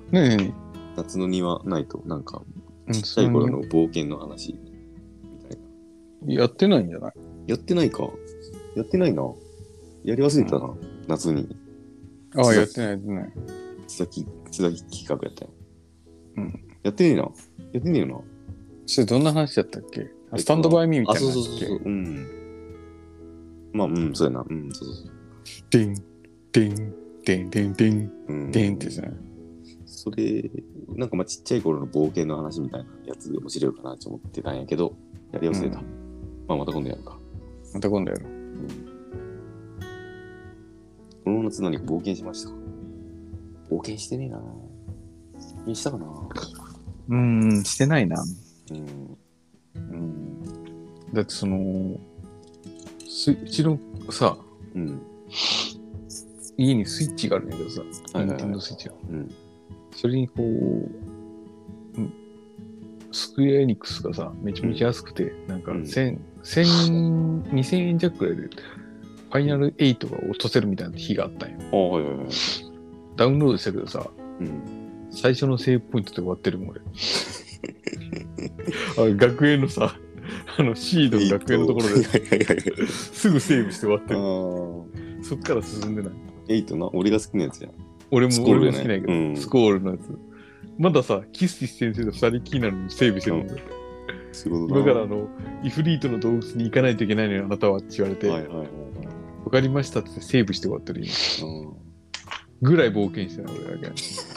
[SPEAKER 2] ねえ。
[SPEAKER 1] 夏の庭ナイト、なんか、ちっちゃい頃の冒険の話みたい
[SPEAKER 2] な。やってないんじゃない？
[SPEAKER 1] やってないか。やってないな。やり忘れたな、うん、夏に。
[SPEAKER 2] ああ、やってない、やってない。
[SPEAKER 1] 津崎、津崎企画やったよ。うん。やってねえな。やってねえよな。
[SPEAKER 2] それどんな話だったっけ？スタンドバイミーみたいな話だっけ？あ、そうそうそう。うん。
[SPEAKER 1] まあ、うん、そうやな。うん、そうそうそう。
[SPEAKER 2] ディン、ディン、ディン、ディン、ディン、ディンってさ。
[SPEAKER 1] それ、なんかまあちっちゃい頃の冒険の話みたいなやつ面白いかなと思ってたんやけど、やり忘れた。うん、まあまた今度やるか。
[SPEAKER 2] また今度やろう。うん、
[SPEAKER 1] この夏何か冒険しましたか？冒険してねえな。冒険したかな？
[SPEAKER 2] うーん、してないな。うん。うん。だってその、すうちのさ、うん、家にスイッチがあるんだけどさ、ニンテンドースイッチが。うん。それにこう、うん、スクエアエニックスがさ、めちゃめちゃ安くて、うん、なんか千、千、にせんえん弱くらいで、ファイナルエイトが落とせるみたいな日があったんよ。あ、はいはいはい。ダウンロードしたけどさ、うん、最初のセーブポイントで終わってるもん俺。あ、学園のさ、あのシードの学園のところですぐセーブして終わってる。そっから進んでない。
[SPEAKER 1] エイトな、俺が好きなやつじゃん。
[SPEAKER 2] 俺も、俺も好きなんやけど、うん、スコールのやつ。 まださ、キスティス先生と二人きりなのにセーブしてるんだよ。だからあの、イフリートの洞窟に行かないといけないのよ、あなたはって言われて、はいはいはいはい、わかりましたってセーブして終わってる今。ぐらい冒険してない俺だけ。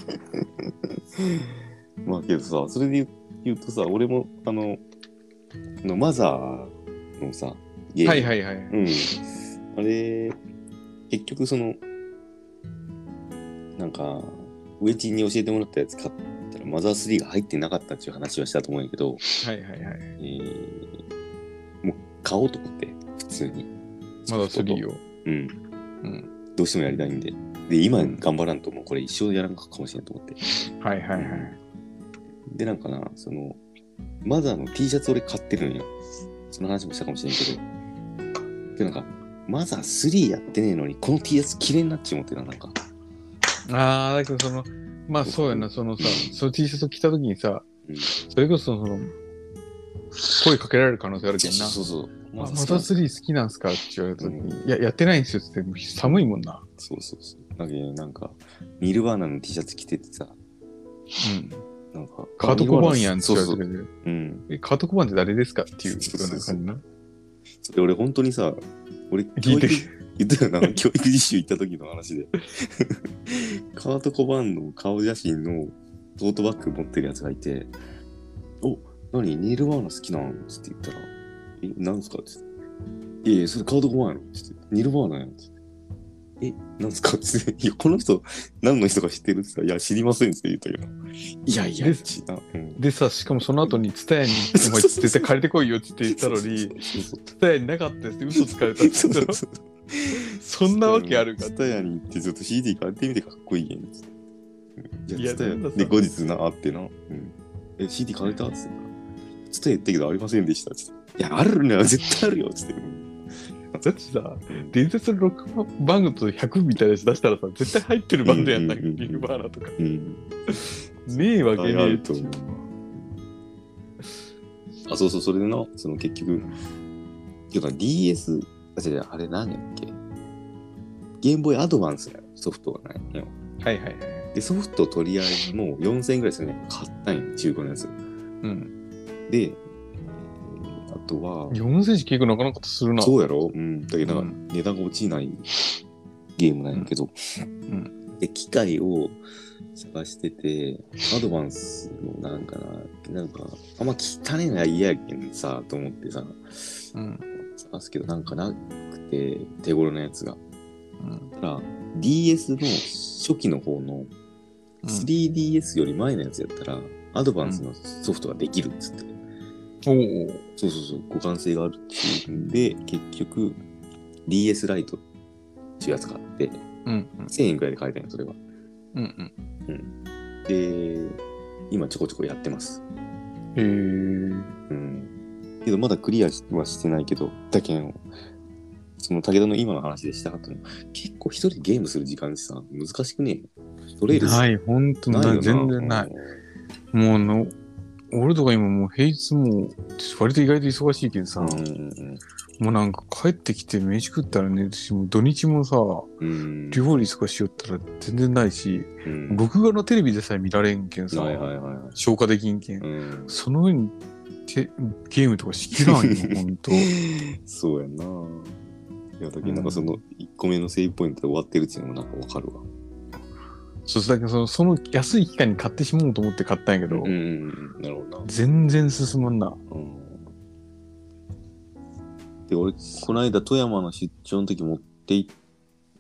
[SPEAKER 1] まあけどさ、それで言うとさ、俺もあの、のマザーのさ、
[SPEAKER 2] ゲーム。はいはいはい。
[SPEAKER 1] うん。あれ、結局その、なんか、ウエチンに教えてもらったやつ買ったらマザースリーが入ってなかったっていう話はしたと思うんやけど、
[SPEAKER 2] はいはいはい。
[SPEAKER 1] えー、もう買おうと思って、普通に。
[SPEAKER 2] マザースリーを。
[SPEAKER 1] うん。うん。どうしてもやりたいんで。で、今頑張らんともうこれ一生やらんかもしれんと思って。
[SPEAKER 2] はいはいはい。
[SPEAKER 1] で、なんかな、その、マザーの T シャツ俺買ってるんよ。その話もしたかもしれんけど。で、なんか、マザースリーやってねえのに、この T シャツ着れんなっち思ってな、なんか。
[SPEAKER 2] ああ、だけどその、まあそうやな、そのさ、その T シャツを着たときにさ、うん、それこそその、声かけられる可能性あるけどな。そうそうそう。マザースリー好きなんすかって言われたときに、うん、いや、やってないんですよって言って、寒いもんな。
[SPEAKER 1] そうそうそう。だけどなんか、ニルバーナの T シャツ着ててさ、
[SPEAKER 2] うん。なんか、カート・コバーンやんって言われてくれる。うん。え、カート・コバーンって誰ですかっていうような感じな。
[SPEAKER 1] それ俺本当にさ、俺、聞いて言ったよな、教育実習行った時の話で。カート・コバーンの顔写真のトートバッグ持ってるやつがいて、お、何ニルバーナ好きなんつって言ったら、え、なんすかって言って、いやいや、それカート・コバーンやろつって、ニルバーナやんつって。え、なんすかつって、いや、この人、何の人か知ってるって言ったら、いや、知りませんって言ったけど、いやいや、
[SPEAKER 2] で, うん、でさ、しかもその後に、ツタヤに、お前絶対借りてこいよって言ったのに、ツタヤになかったって嘘つかれたって言ったら、そんなわけあるか。
[SPEAKER 1] ツタヤに行ってちょっと シーディー 借りてみてかっこいいやんつって。いや、ツタヤで後日な、あってな、うん、え、シーディー 借りたっつって。ツタヤ言ったけどありませんでしたっつって。いや、あるのよ、絶対あるよっつって。
[SPEAKER 2] だってさ、伝説のロックバンドとひゃくみたいなやつ出したらさ、絶対入ってるバンドやんな、ニルバーナとか。うん、ねえわけねえと思う。
[SPEAKER 1] あ、そうそう、それでな、その結局、てか ディーエス、あ、違う、あれ何やっけ、ゲームボーイアドバンスのソフトがないのよ。
[SPEAKER 2] はいはいはい。
[SPEAKER 1] で、ソフト取り合いもよんせんえんぐらいするね。買ったんよ、中古のやつ。うん。で、あとは
[SPEAKER 2] よんせんえん結構なかなかするな。
[SPEAKER 1] そうやろ、うん、だけど、うん、値段が落ちないゲームなんやけど、うんうん、で機械を探してて、アドバンスもなんかな、なんかあんま汚いのが嫌やけんさと思ってさ、うん、探すけどなんかなくて手頃なやつが、うん、ただ ディーエス の初期の方の スリーディーエス より前のやつやったら、アドバンスのソフトができるっつって、おお、そうそうそう、互換性があるっていうんで、結局 ディーエス ライトっていうやつがあって、うんうん、せんえんくらいで買えたんよ、それは。うんうん。うん。で、今ちょこちょこやってます。へえ。うん。けどまだクリアはしてないけど、だけど、その武田の今の話でしたかったの、結構一人でゲームする時間ってさ、難しくねえ？トレイル
[SPEAKER 2] ない、ほんとない、全然ない。もうの、俺とか今もう平日も割と意外と忙しいけどさ、うんうん、もうなんか帰ってきて飯食ったら寝るし、もう土日もさ、うん、料理とかしよったら全然ないし、うん、録画のテレビでさえ見られんけんさ、はいはいはい、消化できんけん、うん、その上にゲームとかしきらんよ、ほんと。
[SPEAKER 1] そうやな。いや、だけどなんかそのいっこめのセーブポイントで終わってるっていうのもなんかわかるわ。
[SPEAKER 2] そうだけどその、その安い期間に買ってしまおうと思って買ったんやけど、うん、なるほどな。全然進まんな。うん、
[SPEAKER 1] で、俺、この間富山の出張の時持って行って、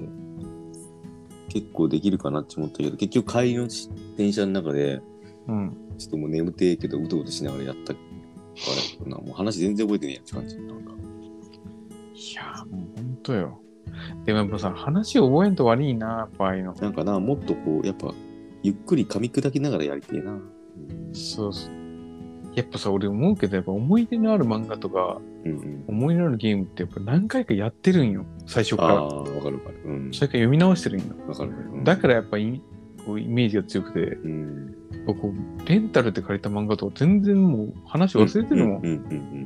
[SPEAKER 1] 結構できるかなって思ったけど、結局帰りの電車の中で、うん、ちょっともう眠てえけど、うとうとしながらやったからな、もう話全然覚えてねえやって感じ。なんか
[SPEAKER 2] いやー、もうほんとよ。でもやっぱさ、話を覚えんと悪いな、場合の。
[SPEAKER 1] なんかな、もっとこう、やっぱ、ゆっくり噛み砕きながらやりてえな。うん、
[SPEAKER 2] そうそう。やっぱさ、俺思うけど、やっぱ思い出のある漫画とか、うんうん、思い出のあるゲームってやっぱ何回かやってるんよ、最初から。ああ、わかるわかる。うん。それから読み直してるんよ。わかるわかる。うん、だからやっぱイ、こうイメージが強くて、うん、こうレンタルで借りた漫画とか全然もう話忘れてるもん。うんうんうんうん、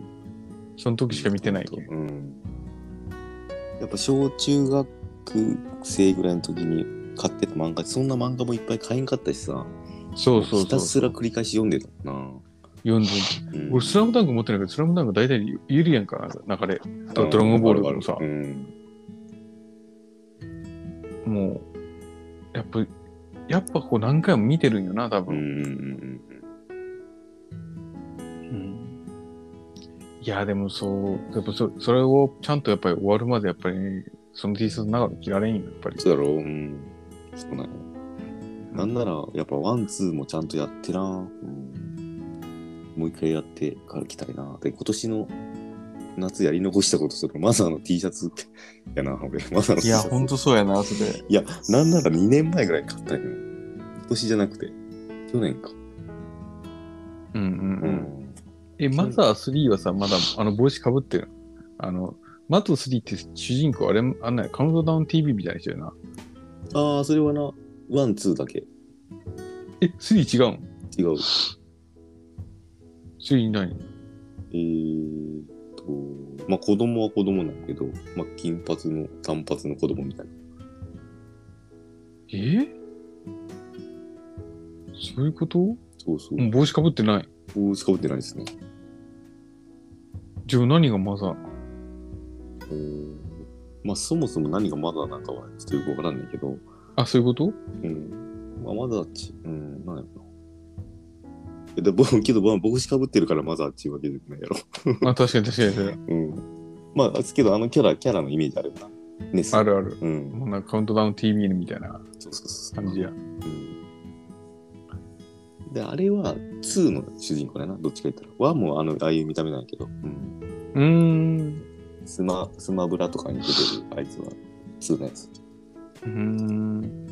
[SPEAKER 2] その時しか見てないけど。うん、
[SPEAKER 1] やっぱ小中学生ぐらいの時に買ってた漫画ってそんな漫画もいっぱい買えんかったしさ、
[SPEAKER 2] そうそうそう。
[SPEAKER 1] ひたすら繰り返し読んでたな。
[SPEAKER 2] 読んでる。うん、俺、スラムダンク持ってないけど、スラムダンク大体言えるやんかな、流れ。ドラゴンボールとかもさ。うん、もう、やっぱ、やっぱこう何回も見てるんよな、多分。うんうんうん、いや、でもそう、やっぱ そ, それをちゃんとやっぱり終わるまでやっぱり、ね、その T シャツ長く着られんよ、やっぱり。
[SPEAKER 1] そうだろう。うん。そうなの。なんなら、やっぱワン、ツーもちゃんとやってな。うん、もう一回やってから着たいな。で、今年の夏やり残したことするマザーの T シャツってやな、俺。マザーの T シャツ。
[SPEAKER 2] いや、ほんとそうやな、それ。
[SPEAKER 1] いや、なんならにねんまえぐらい買ったんよ。今年じゃなくて、去年か。
[SPEAKER 2] うんうんうん。うん、え、マザースリーはさ、まだあの帽子かぶってる。あの、マザースリーって主人公、あれ、あんなカウントダウン ティーブイ みたいな人やな。
[SPEAKER 1] ああ、それはな、ワン、ツーだけ。
[SPEAKER 2] え、スリー違うん？
[SPEAKER 1] 違う。
[SPEAKER 2] スリー何？
[SPEAKER 1] えーと、まあ子供は子供なんだけど、まあ金髪の短髪の子供みたいな。
[SPEAKER 2] えー、そういうこと？
[SPEAKER 1] そうそう。
[SPEAKER 2] 帽子かぶってない。
[SPEAKER 1] 帽子かぶってないですね。
[SPEAKER 2] じゃあ何がマザー？
[SPEAKER 1] えー、まあそもそも何がマザーなんかはちょっとよくわからんねんけど。
[SPEAKER 2] あ、そういうこと？
[SPEAKER 1] うん。まあマザーっち、うん、なんやろな。で僕けど、まあ、帽子かぶってるからマザーっちゅうわけじゃないやろ。
[SPEAKER 2] まあ確かに確かに。
[SPEAKER 1] うん。まあ、ですけど、あのキャラ、キャラのイメージあるよな。
[SPEAKER 2] ね、あるある。
[SPEAKER 1] うん。
[SPEAKER 2] もうなんかカウントダウン ティーブイ みたいな感じや。うん。
[SPEAKER 1] で、あれはツーの主人公だな、どっちか言ったら。ワンもあの、ああいう見た目なんやけど。うん。
[SPEAKER 2] うーん。
[SPEAKER 1] スマ、スマブラとかに出てるあいつはツーのやつ。
[SPEAKER 2] うーん。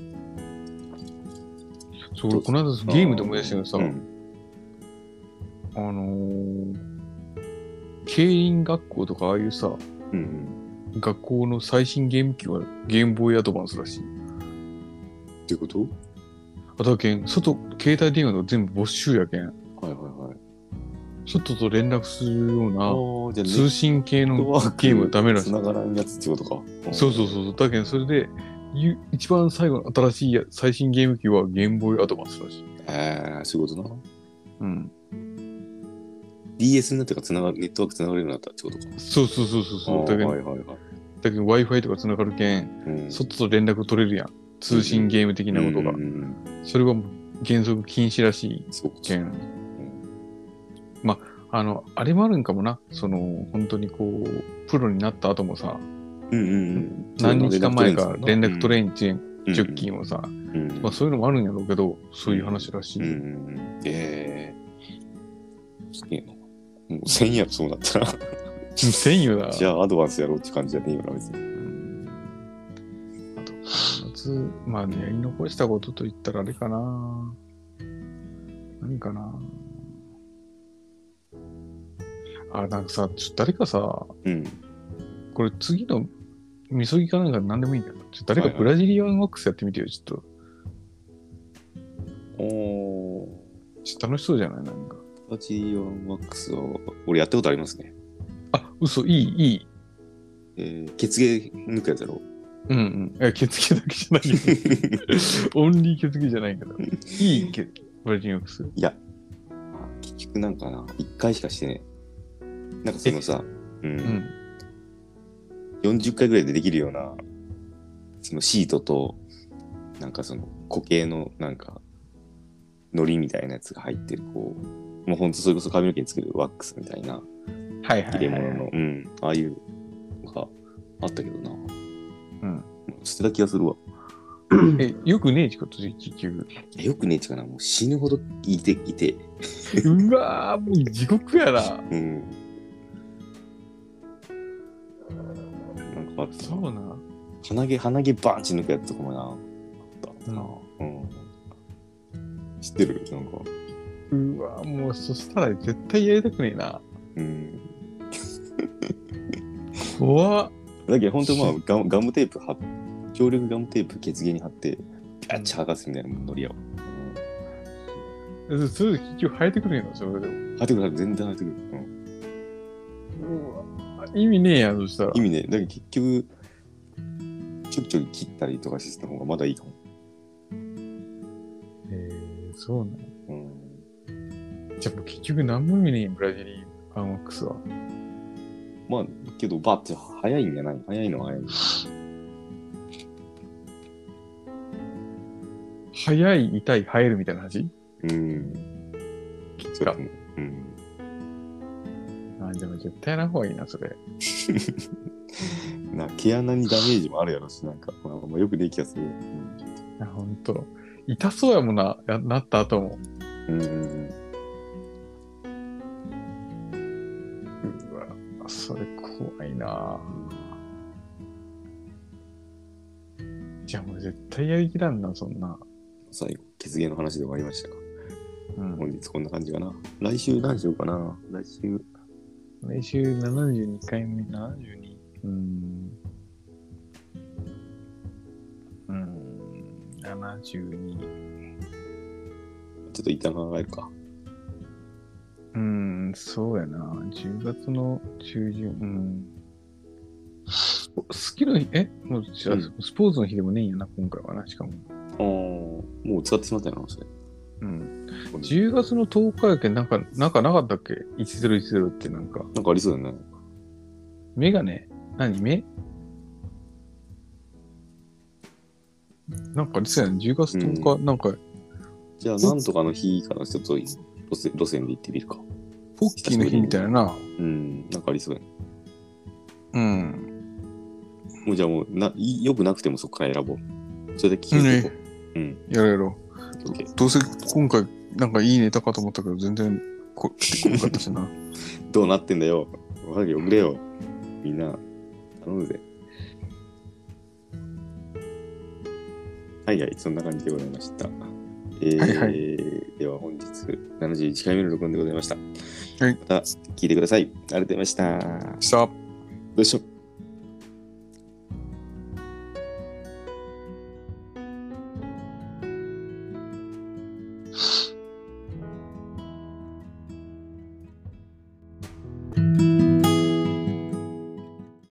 [SPEAKER 2] そう、この間ゲームで思い出したけどさ、うんあのー、競輪学校とかああいうさ、うんうん、学校の最新ゲーム機はゲームボーイアドバンスらしい。
[SPEAKER 1] ってこと
[SPEAKER 2] あとはけん、外、携帯電話とか全部没収やけん。はい
[SPEAKER 1] はいはい。
[SPEAKER 2] 外と連絡するような通信系のゲームはダメらしい。
[SPEAKER 1] 繋がらんやつってことか。
[SPEAKER 2] そうそうそう。だけどそれで、一番最後の新しい最新ゲーム機はゲームボーイアドバンスらしい。
[SPEAKER 1] えー、そういうことな。
[SPEAKER 2] うん。
[SPEAKER 1] ディーエス になってからつながる、ネットワークつながるようになったってことか。
[SPEAKER 2] そうそうそうそう。だけど、はいはいはい、だけど Wi-Fi とかつながるけん、うん、外と連絡取れるやん。通信ゲーム的なことが。うんうん、それは原則禁止らしいけん。うん、まあ、あの、あれもあるんかもな。その、本当にこう、プロになった後もさ、うんうんうん、何日か前から連絡取れんちゅうじゅっきんをさ、うんうん、まあそういうのもあるんやろうけど、そういう話らしい。うんうんうん、
[SPEAKER 1] えー、すげえな。もうせんやろ、そうなったら。
[SPEAKER 2] せんよな。
[SPEAKER 1] じゃあアドバンスやろうって感じじゃねえよな、別に。うん、
[SPEAKER 2] あと、夏、まあね、やり残したことと言ったらあれかな。何かな。あ、なんかさ、ちょっと誰かさ、うん、これ次のみそぎかなんか何でもいいんだよ。ちょっと誰かブラジリアンワックスやってみてよ、ちょっと。おー。ちょっと楽しそうじゃないなんか。
[SPEAKER 1] ブラジリアンワックスは、俺やったことありますね。
[SPEAKER 2] あ、嘘、いい、いい。
[SPEAKER 1] えー、血毛抜くやつだろ。
[SPEAKER 2] うんうん。いや、血毛だけじゃない。オンリー血毛じゃないけど。いいけブラジリアンワックス。
[SPEAKER 1] いや、結局なんかな、一回しかしてね。なんかそのさ、うん、うん、よんじゅっかいぐらいでできるようなそのシートとなんかその固形のなんか糊みたいなやつが入ってるこうもうほんとそれこそ髪の毛につけるワックスみたいな入れ物のうんああいうのがあったけどなうん捨てた気がするわ
[SPEAKER 2] えよくねえちかと結局
[SPEAKER 1] よくねえちかなもう死ぬほどいていて
[SPEAKER 2] うわーもう地獄やなうんそうな。
[SPEAKER 1] 鼻毛、鼻毛バーンチ抜くやつとかもな。あったな、うん。うん。知ってるなんか。
[SPEAKER 2] うわ、もうそしたら絶対やりたくねえな。うん。怖っ。
[SPEAKER 1] だけど本当まあガム、ガムテープ貼っ、強力ガムテープ血毛に貼って、ピャッチ剥がすみたいなノリやわ。
[SPEAKER 2] うん。それで結局生えてくるんやろ、それでも。
[SPEAKER 1] 生えてくる、全然生えてくる。うん。
[SPEAKER 2] うわ。意味ねえやん、そしたら。
[SPEAKER 1] 意味ねえ。だけど結局、ちょきちょき切ったりとかした方がまだいいかも。
[SPEAKER 2] えー、 そうなの。うん。じゃあもう結局何も見ねえブラジリアンワックスは。
[SPEAKER 1] まあ、けどバッチ早いんじゃない？早いのは早い。
[SPEAKER 2] 早い、痛い、生えるみたいな話？
[SPEAKER 1] うん。
[SPEAKER 2] 結果。うん。あ、でも絶対やらん方がいいな、それ。
[SPEAKER 1] な、毛穴にダメージもあるやろし、なんか、まあ、まあ、よくできやする。うん、
[SPEAKER 2] あ、ほんと。痛そうやもんな、やなった後も。うん。うわ、それ怖いな。じゃあもう絶対やりきらんな、そんな。
[SPEAKER 1] 最後、血芸の話で終わりましたか。うん、本日こんな感じかな。来週何しようかな。来週。
[SPEAKER 2] 来週ななじゅうにかいめ、ななじゅうに。うーん。うーん、ななじゅうに。
[SPEAKER 1] ちょっと一旦考えるか。
[SPEAKER 2] うーん、そうやな。じゅうがつの中旬。うん。好きの日、えもうじゃあ、うん、スポーツの日でもねえんやな、今回はな、しかも。
[SPEAKER 1] ああ、もう使ってしまったよな、それ。
[SPEAKER 2] うん。じゅうがつのとおかやけん、なんか、なんかなかったっけ ?いちぜろいちぜろ ってなんか。
[SPEAKER 1] なんかありそうだよね。
[SPEAKER 2] メガネ何目なんかありそうやね。じゅうがつとおか、うん、なんか。
[SPEAKER 1] じゃあ、なんとかの日からちょっと路線路線で行ってみるか。
[SPEAKER 2] ポッキーの日みたいな。
[SPEAKER 1] うん、なんかありそうやね。
[SPEAKER 2] うん。
[SPEAKER 1] もうじゃあもうな、よくなくてもそこから選ぼう。それで聞いていこう。うん。
[SPEAKER 2] やろうやろう。どうせ今回、なんかいいネタかと思ったけど、全然こ、来なかったしな。
[SPEAKER 1] どうなってんだよ。おはぎ送れよ。みんな、頼むぜ。はいはい、そんな感じでございました。えー、はいはい、では本日ななじゅういっかいめの録音でございました。はい。また聞いてください。ありがとうございました。
[SPEAKER 2] した。
[SPEAKER 1] どうしよう。